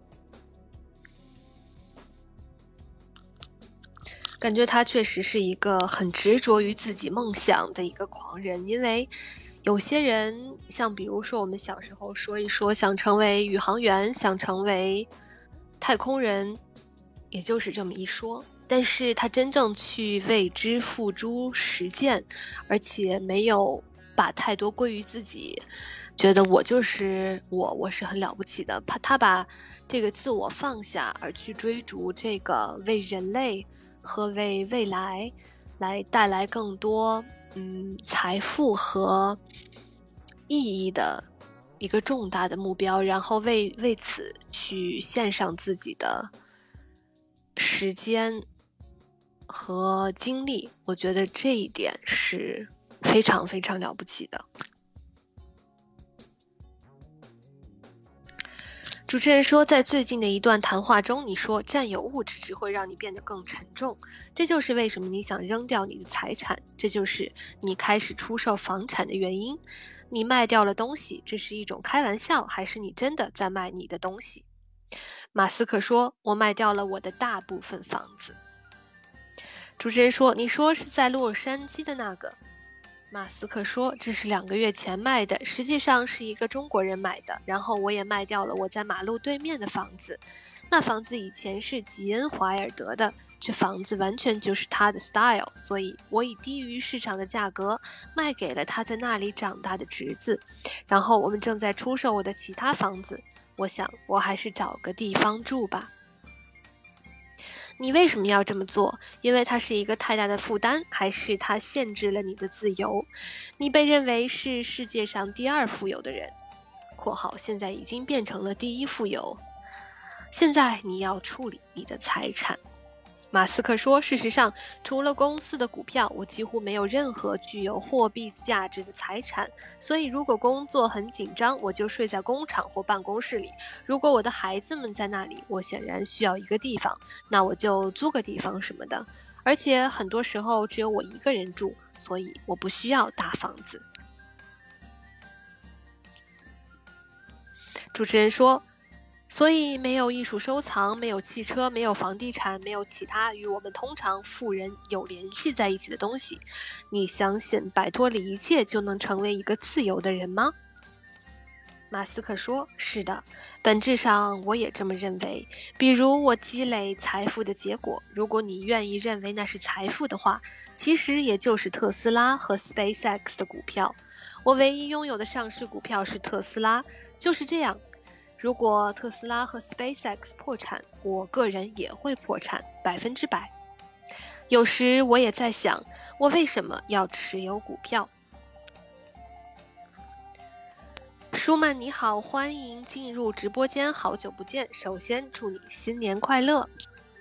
感觉他确实是一个很执着于自己梦想的一个狂人，因为有些人像比如说我们小时候说一说想成为宇航员，想成为太空人，也就是这么一说，但是他真正去为之付诸实践，而且没有把太多归于自己，觉得我就是我是很了不起的，他把这个自我放下，而去追逐这个为人类和为未来来带来更多财富和意义的一个重大的目标，然后为此去献上自己的时间和精力，我觉得这一点是非常非常了不起的。主持人说，在最近的一段谈话中，你说占有物质只会让你变得更沉重，这就是为什么你想扔掉你的财产，这就是你开始出售房产的原因。 你卖掉了东西，这是一种开玩笑，还是你真的在卖你的东西？马斯克说：我卖掉了我的大部分房子。主持人说：你说是在洛杉矶的那个？马斯克说：这是2个月前卖的，实际上是一个中国人买的，然后我也卖掉了我在马路对面的房子。那房子以前是吉恩·怀尔德的，这房子完全就是他的 style， 所以我以低于市场的价格卖给了他在那里长大的侄子。然后我们正在出售我的其他房子，我想我还是找个地方住吧。你为什么要这么做？因为它是一个太大的负担，还是它限制了你的自由？你被认为是世界上第2富有的人（括号现在已经变成了第1富有）。现在你要处理你的财产。马斯克说，事实上，除了公司的股票，我几乎没有任何具有货币价值的财产。所以如果工作很紧张，我就睡在工厂或办公室里。如果我的孩子们在那里，我显然需要一个地方，那我就租个地方什么的。而且很多时候只有我一个人住，所以我不需要大房子。主持人说，所以没有艺术收藏，没有汽车，没有房地产，没有其他与我们通常富人有联系在一起的东西。你相信摆脱了一切就能成为一个自由的人吗？马斯克说，是的，本质上我也这么认为。比如我积累财富的结果，如果你愿意认为那是财富的话，其实也就是特斯拉和 SpaceX 的股票。我唯一拥有的上市股票是特斯拉，就是这样。如果特斯拉和 SpaceX 破产，我个人也会破产，100%。有时我也在想，我为什么要持有股票？舒曼你好，欢迎进入直播间，好久不见。首先祝你新年快乐。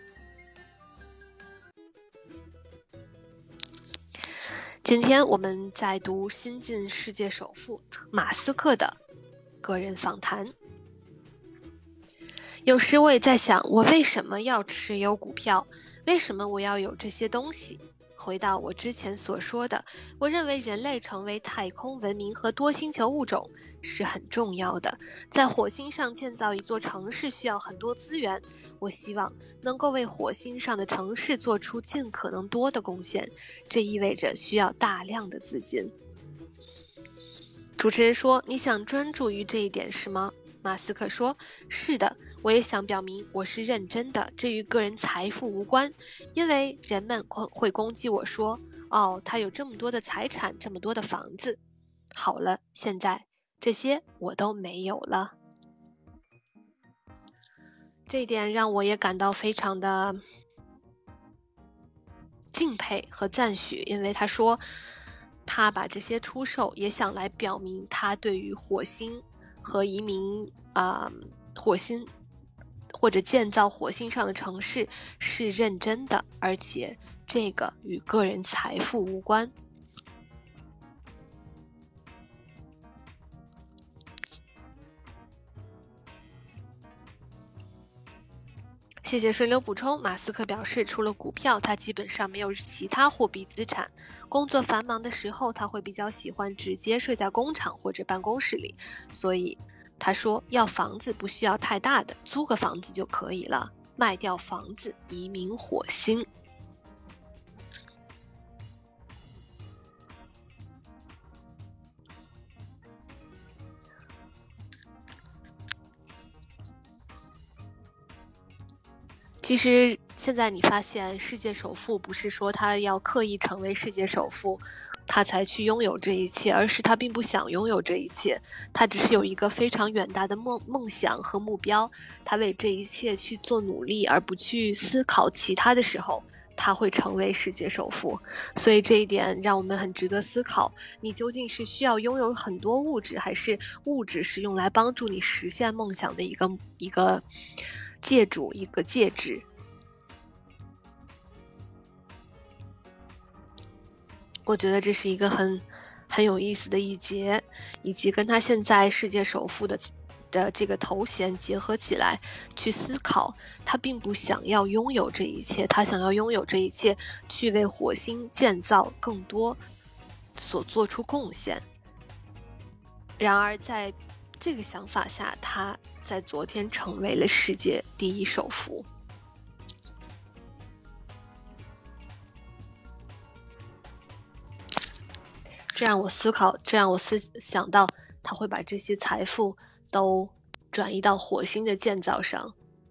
今天我们在读新晋世界首富马斯克的个人访谈。有时我也在想，我为什么要持有股票？为什么我要有这些东西？回到我之前所说的，我认为人类成为太空文明和多星球物种是很重要的。在火星上建造一座城市需要很多资源，我希望能够为火星上的城市做出尽可能多的贡献，这意味着需要大量的资金。主持人说，你想专注于这一点是吗？马斯克说，是的，我也想表明我是认真的，这与个人财富无关，因为人们会攻击我说，哦，他有这么多的财产，这么多的房子。好了，现在这些我都没有了。这一点让我也感到非常的敬佩和赞许，因为他说他把这些出售也想来表明他对于火星和移民火星或者建造火星上的城市是认真的，而且这个与个人财富无关。谢谢顺流补充，马斯克表示，除了股票，他基本上没有其他货币资产。工作繁忙的时候，他会比较喜欢直接睡在工厂或者办公室里，所以他说要房子不需要太大的，租个房子就可以了，卖掉房子移民火星。其实现在你发现世界首富不是说他要刻意成为世界首富他才去拥有这一切，而是他并不想拥有这一切，他只是有一个非常远大的梦想和目标，他为这一切去做努力而不去思考其他的时候，他会成为世界首富。所以这一点让我们很值得思考，你究竟是需要拥有很多物质，还是物质是用来帮助你实现梦想的一个借助，一个介质。我觉得这是一个很有意思的一节，以及跟他现在世界首富的这个头衔结合起来去思考，他并不想要拥有这一切，他想要拥有这一切去为火星建造更多所做出贡献。 然而在这个想法下，他在昨天成为了世界第一首富。这让我想到他会把这些财富都转移到火星的建造上。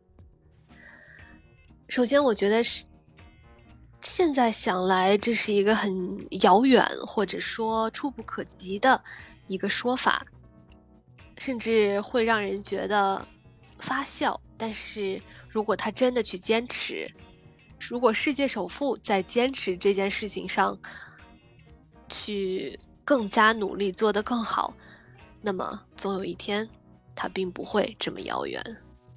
首先我觉得现在想来这是一个很遥远或者说触不可及的一个说法，甚至会让人觉得发笑。但是如果他真的去坚持，如果世界首富在坚持这件事情上去更加努力做得更好，那么总有一天它并不会这么遥远。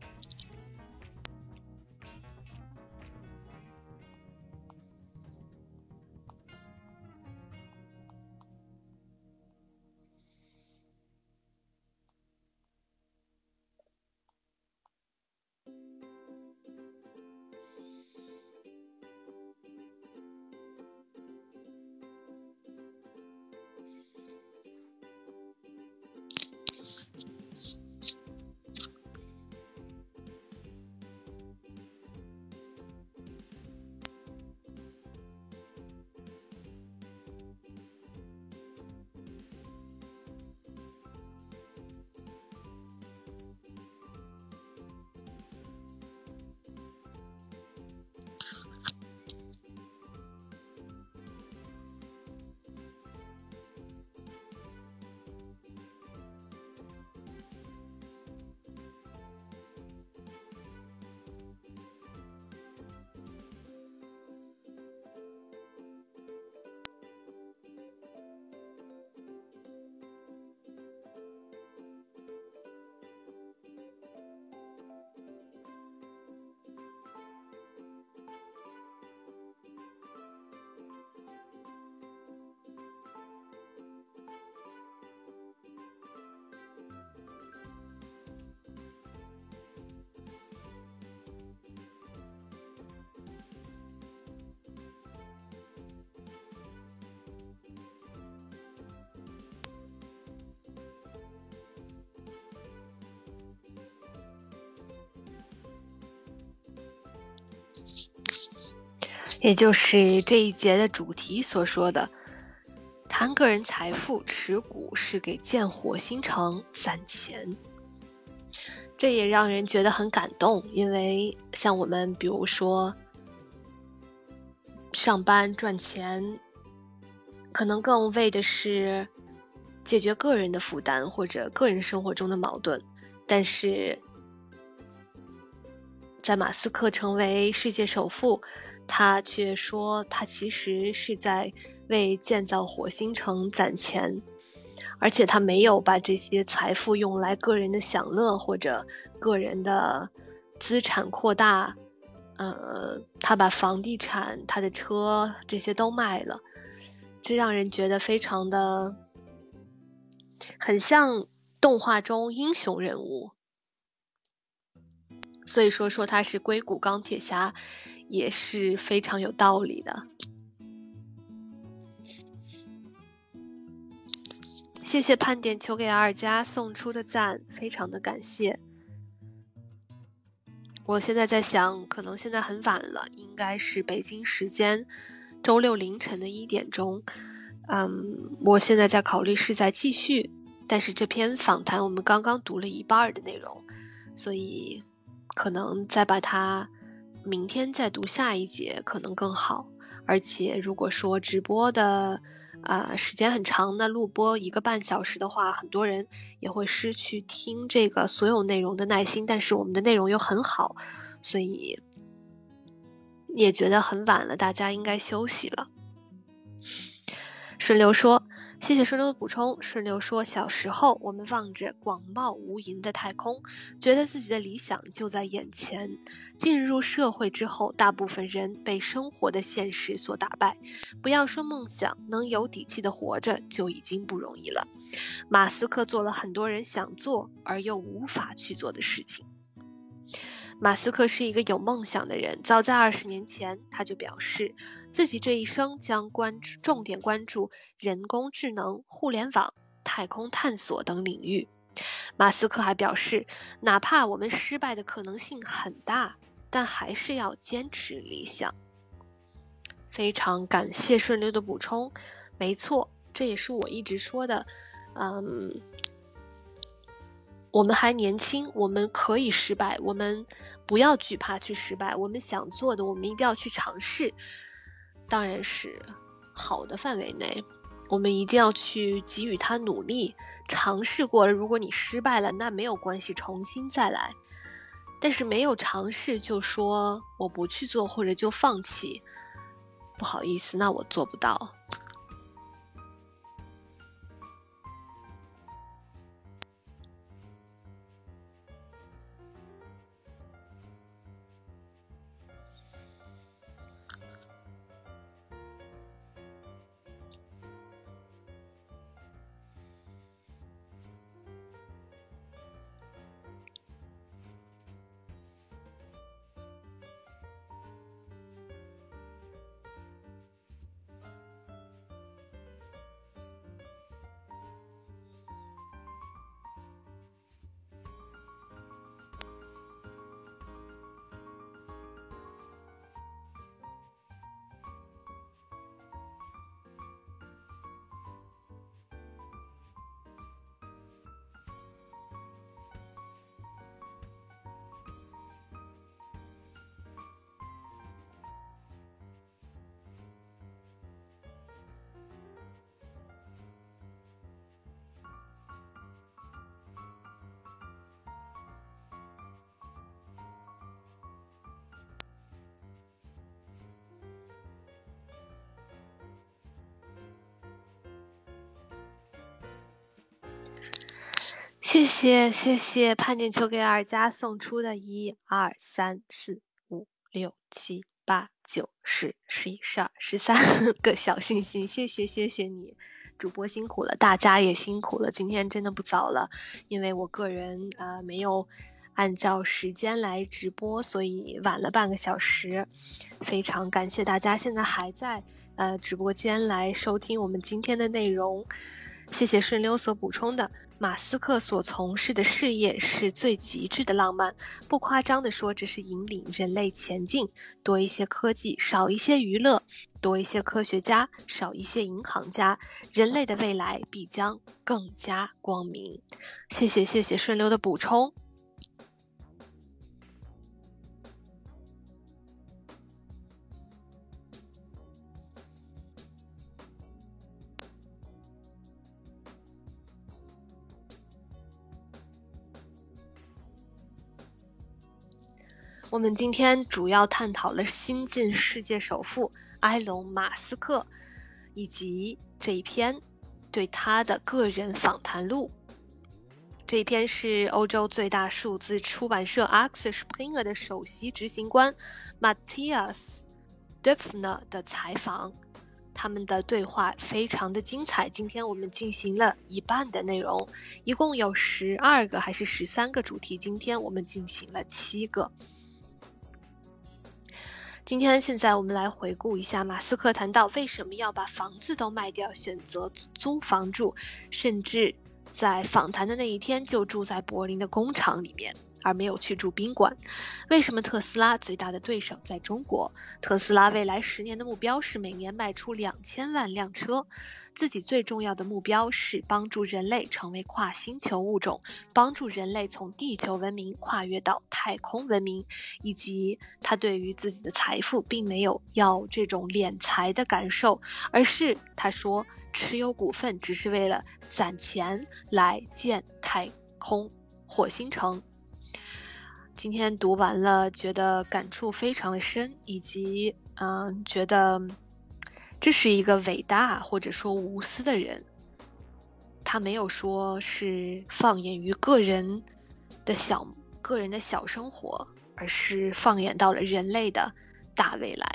也就是这一节的主题所说的，谈个人财富持股是给建火星城攒钱。这也让人觉得很感动，因为像我们比如说上班赚钱，可能更为的是解决个人的负担或者个人生活中的矛盾，但是在马斯克成为世界首富，他却说他其实是在为建造火星城攒钱，而且他没有把这些财富用来个人的享乐或者个人的资产扩大，他把房地产、他的车这些都卖了，这让人觉得非常的很像动画中英雄人物。所以说他是硅谷钢铁侠也是非常有道理的。谢谢盼点求给二家送出的赞，非常的感谢。我现在在想，可能现在很晚了，应该是北京时间周六凌晨的1点钟。我现在在考虑是在继续，但是这篇访谈我们刚刚读了一半的内容，所以可能再把它明天再读下一节可能更好。而且如果说直播的时间很长的录播1个半小时的话，很多人也会失去听这个所有内容的耐心，但是我们的内容又很好，所以也觉得很晚了，大家应该休息了。顺流说，谢谢顺流的补充。顺流说，小时候我们望着广袤无垠的太空，觉得自己的理想就在眼前。进入社会之后，大部分人被生活的现实所打败。不要说梦想，能有底气的活着就已经不容易了。马斯克做了很多人想做而又无法去做的事情。马斯克是一个有梦想的人，早在20年前，他就表示自己这一生将重点关注人工智能、互联网、 太空探索等领域。马斯克还表示，哪怕我们失败的可能性很大，但还是要坚持理想。非常感谢顺溜的补充，没错，这也是我一直说的，我们还年轻，我们可以失败，我们不要惧怕去失败，我们想做的，我们一定要去尝试，当然是好的范围内，我们一定要去给予他努力，尝试过了，如果你失败了，那没有关系，重新再来。但是没有尝试就说我不去做或者就放弃，不好意思，那我做不到。谢谢盼点球给尔加送出的1、2、3、4、5、6、7、8、9、10、11、12、13个小心心，谢谢你，主播辛苦了，大家也辛苦了，今天真的不早了，因为我个人没有按照时间来直播，所以晚了半个小时，非常感谢大家现在还在直播间来收听我们今天的内容。谢谢顺溜所补充的，马斯克所从事的事业是最极致的浪漫，不夸张地说，这是引领人类前进，多一些科技，少一些娱乐，多一些科学家，少一些银行家，人类的未来必将更加光明。谢谢顺溜的补充。我们今天主要探讨了新晋世界首富埃隆·马斯克，以及这一篇对他的个人访谈录。这一篇是欧洲最大数字出版社 Axel Springer 的首席执行官 Matthias Döpfner 的采访，他们的对话非常的精彩。今天我们进行了一半的内容，一共有12个还是13个主题，今天我们进行了7个。现在我们来回顾一下，马斯克谈到为什么要把房子都卖掉，选择租房住，甚至在访谈的那一天就住在柏林的工厂里面，而没有去住宾馆。为什么特斯拉最大的对手在中国？特斯拉未来10年的目标是每年卖出2000万辆车，自己最重要的目标是帮助人类成为跨星球物种，帮助人类从地球文明跨越到太空文明，以及他对于自己的财富并没有要这种敛财的感受，而是他说持有股份只是为了攒钱来建太空火星城。今天读完了，觉得感触非常的深，以及觉得这是一个伟大或者说无私的人，他没有说是放眼于个人的小生活，而是放眼到了人类的大未来。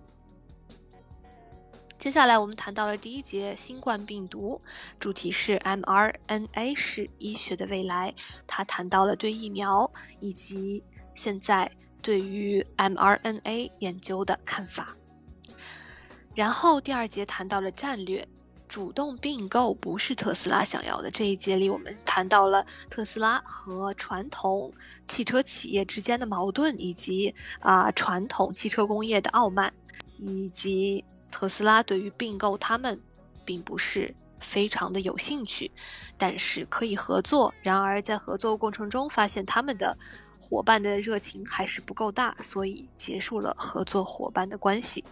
接下来我们谈到了第一节新冠病毒，主题是 mRNA 是医学的未来，他谈到了对疫苗以及现在对于 mRNA 研究的看法。然后第2节谈到了战略， 主动并购不是特斯拉想要的。这一节里我们谈到了特斯拉和传统汽车企业之间的矛盾，以及传统汽车工业的傲慢，以及特斯拉对于并购他们并不是非常的有兴趣，但是可以合作。然而在合作过程中发现他们的伙伴的热情还是不够大，所以结束了合作伙伴的关系。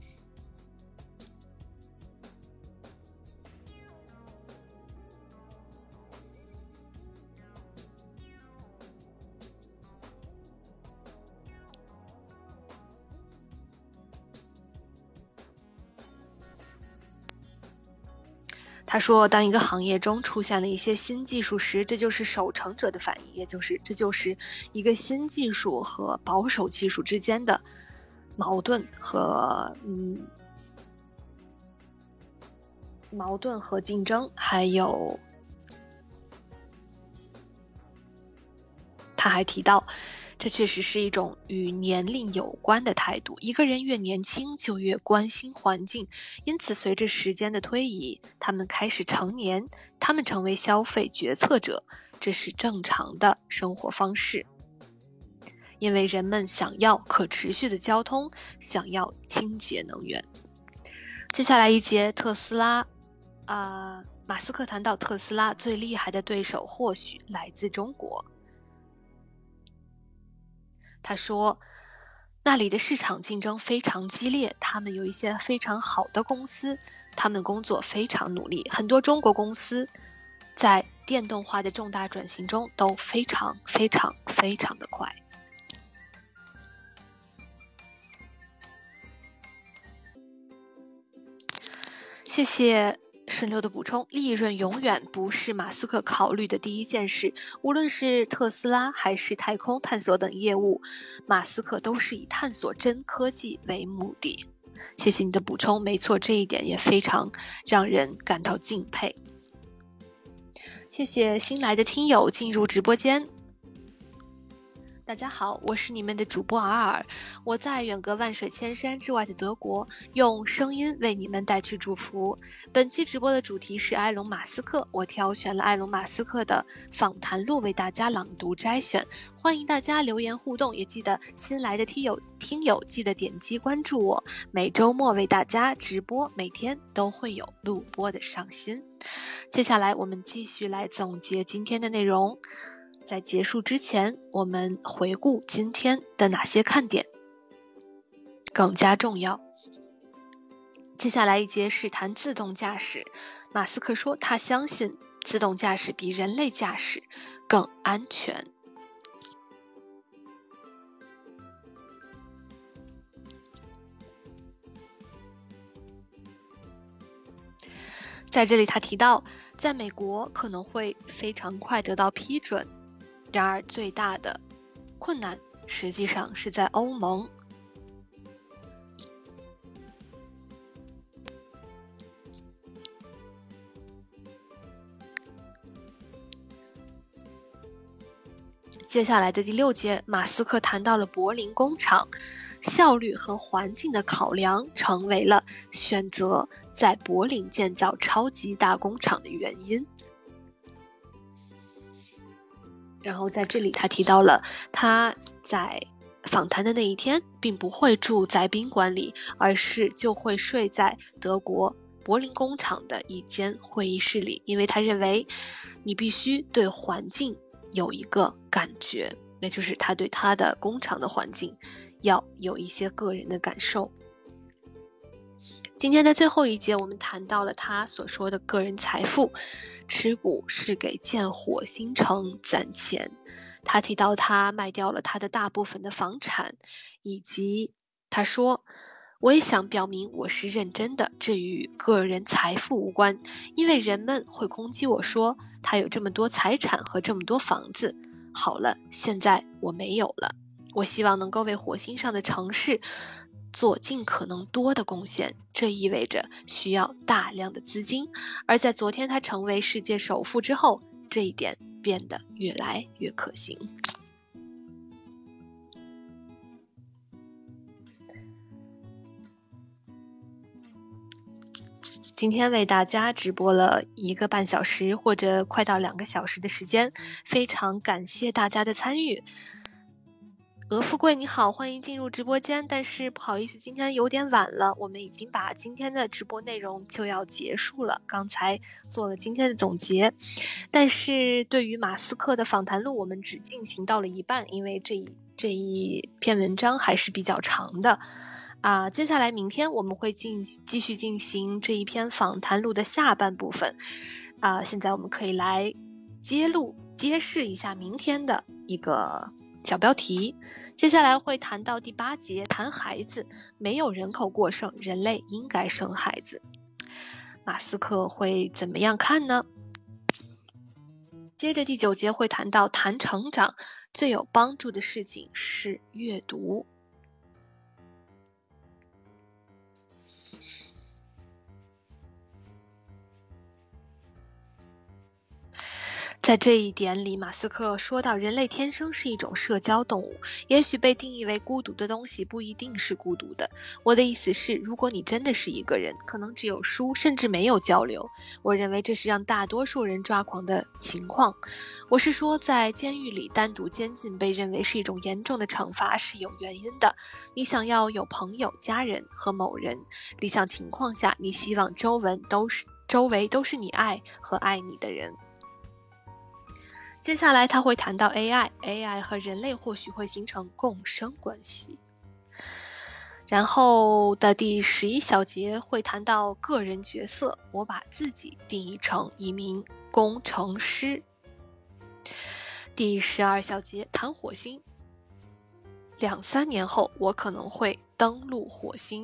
他说，当一个行业中出现了一些新技术时，这就是守成者的反应，也就是这就是一个新技术和保守技术之间的矛盾和竞争。还有他还提到，这确实是一种与年龄有关的态度。一个人越年轻，就越关心环境，因此随着时间的推移，他们开始成年，他们成为消费决策者，这是正常的生活方式。因为人们想要可持续的交通，想要清洁能源。接下来一节，特斯拉，马斯克谈到特斯拉最厉害的对手或许来自中国。他说，那里的市场竞争非常激烈，他们有一些非常好的公司，他们工作非常努力。很多中国公司在电动化的重大转型中都非常的快。谢谢顺流的补充，利润永远不是马斯克考虑的第一件事。无论是特斯拉还是太空探索等业务，马斯克都是以探索真科技为目的。谢谢你的补充，没错，这一点也非常让人感到敬佩。谢谢新来的听友进入直播间。大家好，我是你们的主播尔尔，我在远隔万水千山之外的德国，用声音为你们带去祝福。本期直播的主题是埃隆·马斯克，我挑选了埃隆·马斯克的访谈录为大家朗读摘选，欢迎大家留言互动，也记得新来的听友记得点击关注我，每周末为大家直播，每天都会有录播的上新。接下来我们继续来总结今天的内容。在结束之前，我们回顾今天的哪些看点更加重要。接下来一节是谈自动驾驶。马斯克说，他相信自动驾驶比人类驾驶更安全。在这里他提到，在美国可能会非常快得到批准，然而最大的困难实际上是在欧盟。接下来的第6节，马斯克谈到了柏林工厂，效率和环境的考量成为了选择在柏林建造超级大工厂的原因。然后在这里他提到了他在访谈的那一天并不会住在宾馆里，而是就会睡在德国柏林工厂的一间会议室里，因为他认为你必须对环境有一个感觉，那就是他对他的工厂的环境要有一些个人的感受。今天的最后一节，我们谈到了他所说的个人财富，持股是给建火星城攒钱。他提到他卖掉了他的大部分的房产，以及他说，我也想表明我是认真的，这与个人财富无关，因为人们会攻击我说他有这么多财产和这么多房子。好了，现在我没有了。我希望能够为火星上的城市做尽可能多的贡献，这意味着需要大量的资金。而在昨天他成为世界首富之后，这一点变得越来越可行。 今天为大家直播了1个半小时或者快到2个小时的时间，非常感谢大家的参与。鹅富贵你好，欢迎进入直播间，但是不好意思，今天有点晚了，我们已经把今天的直播内容就要结束了，刚才做了今天的总结，但是对于马斯克的访谈录我们只进行到了一半，因为这一篇文章还是比较长的接下来明天我们会继续进行这一篇访谈录的下半部分现在我们可以来揭示一下明天的一个小标题。接下来会谈到第8节，谈孩子，没有人口过剩，人类应该生孩子。马斯克会怎么样看呢？接着第9节会谈到谈成长，最有帮助的事情是阅读。在这一点里，马斯克说到人类天生是一种社交动物，也许被定义为孤独的东西不一定是孤独的。我的意思是，如果你真的是一个人，可能只有书，甚至没有交流，我认为这是让大多数人抓狂的情况。我是说，在监狱里单独监禁被认为是一种严重的惩罚是有原因的。你想要有朋友、家人和某人，理想情况下，你希望周围都是你爱和爱你的人。接下来他会谈到 AI 和人类或许会形成共生关系。然后的第11小节会谈到个人角色，我把自己定义成一名工程师。第12小节谈火星，2-3年后我可能会登陆火星。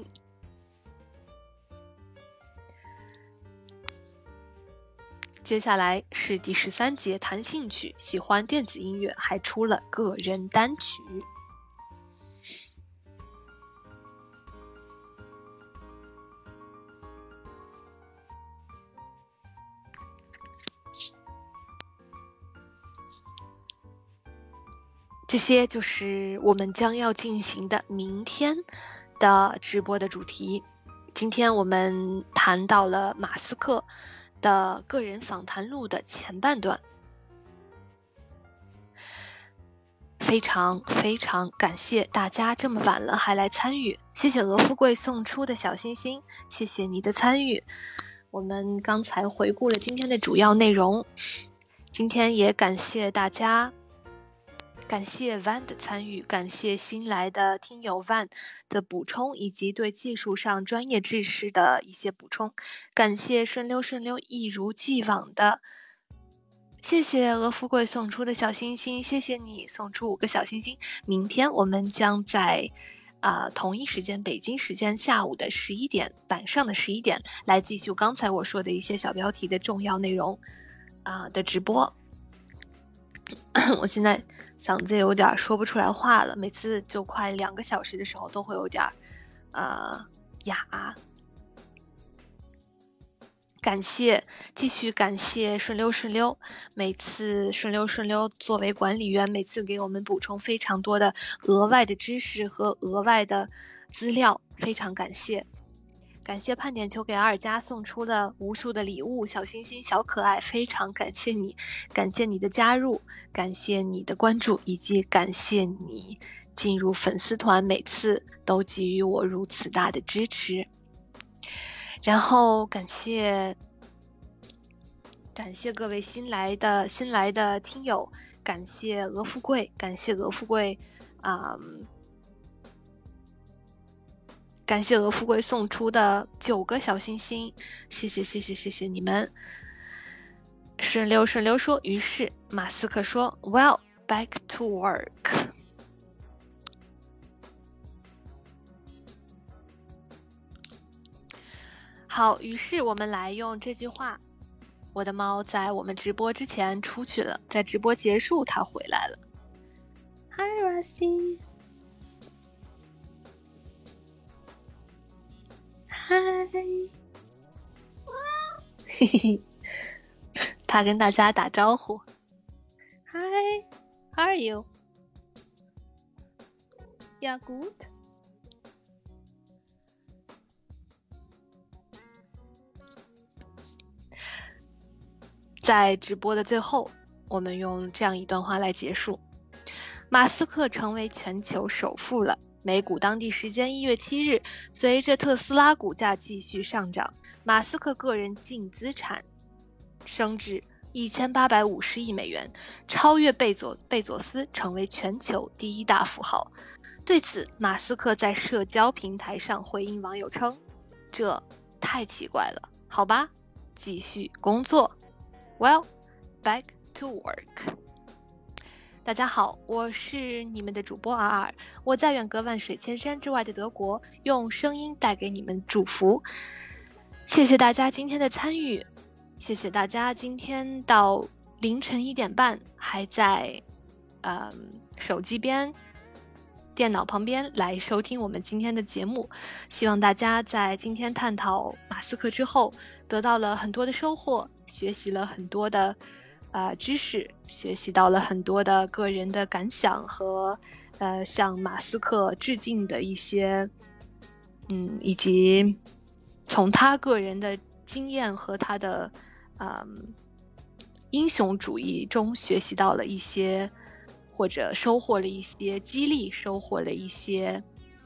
接下来是第13节谈兴趣，喜欢电子音乐，还出了个人单曲。这些就是我们将要进行的明天的直播的主题。今天我们谈到了马斯克的个人访谈录的前半段，非常非常感谢大家这么晚了还来参与，谢谢鹅富贵送出的小心心，谢谢你的参与。我们刚才回顾了今天的主要内容，今天也感谢大家，感谢 Van 的参与，感谢新来的听友 Van 的补充，以及对技术上专业知识的一些补充，感谢顺溜一如既往的，谢谢鹅富贵送出的小星星，谢谢你送出5个小星星。明天我们将在同一时间，北京时间下午的11点，晚上的11点来继续刚才我说的一些小标题的重要内容的直播。我现在嗓子有点说不出来话了，每次就快2个小时的时候都会有点哑。继续感谢顺溜，每次顺溜作为管理员，每次给我们补充非常多的额外的知识和额外的资料，非常感谢。感谢盼点球给阿尔加送出了无数的礼物，小星星小可爱，非常感谢你，感谢你的加入，感谢你的关注，以及感谢你进入粉丝团，每次都给予我如此大的支持。然后感谢各位新来的听友，感谢鹅富贵，感谢鹅富贵送出的9个小星星，谢谢你们。顺溜说，于是马斯克说 Well, back to work。 好，于是我们来用这句话。我的猫在我们直播之前出去了，在直播结束它回来了。 Hi Rusty。 Hi。 嘿嘿，他跟大家打招呼。 Hi, how are you? Yeah, good. 在直播的最后，我们用这样一段话来结束：马斯克成为全球首富了。美股当地时间1月7日，随着特斯拉股价继续上涨，马斯克个人净资产升至1850亿美元，超越贝佐斯，成为全球第1大富豪。对此，马斯克在社交平台上回应网友称：“这太奇怪了，好吧，继续工作。” Well, back to work. 大家好，我是你们的主播RR，我在远隔万水千山之外的德国，用声音带给你们祝福。谢谢大家今天的参与，谢谢大家今天到凌晨1点半还在手机边、电脑旁边来收听我们今天的节目。希望大家在今天探讨马斯克之后，得到了很多的收获，学习了很多的知识，学习到了很多的个人的感想和向马斯克致敬的一些以及从他个人的经验和他的英雄主义中学习到了一些，或者收获了一些激励，收获了一些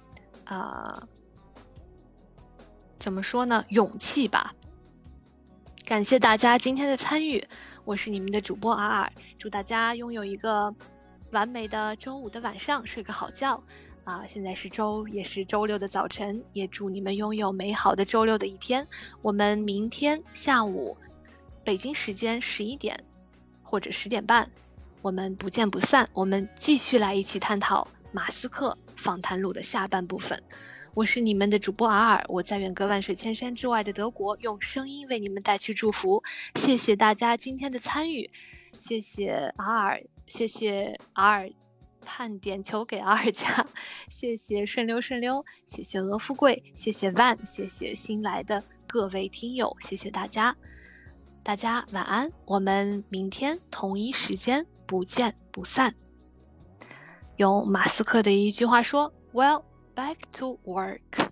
怎么说呢，勇气吧。感谢大家今天的参与，我是你们的主播RR，祝大家拥有一个完美的周5的晚上，睡个好觉现在是也是周6的早晨，也祝你们拥有美好的周6的一天。我们明天下午北京时间11点或者10点半，我们不见不散，我们继续来一起探讨马斯克访谈录的下半部分。我是你们的主播RR，我在远隔万水千山之外的德国，用声音为你们带去祝福。谢谢大家今天的参与，谢谢RR，谢谢RR判点球给RR家，谢谢顺溜，谢谢鹅富贵，谢谢Van，谢谢新来的各位听友，谢谢大家，大家晚安，我们明天同一时间不见不散。用马斯克的一句话说 Well, back to work.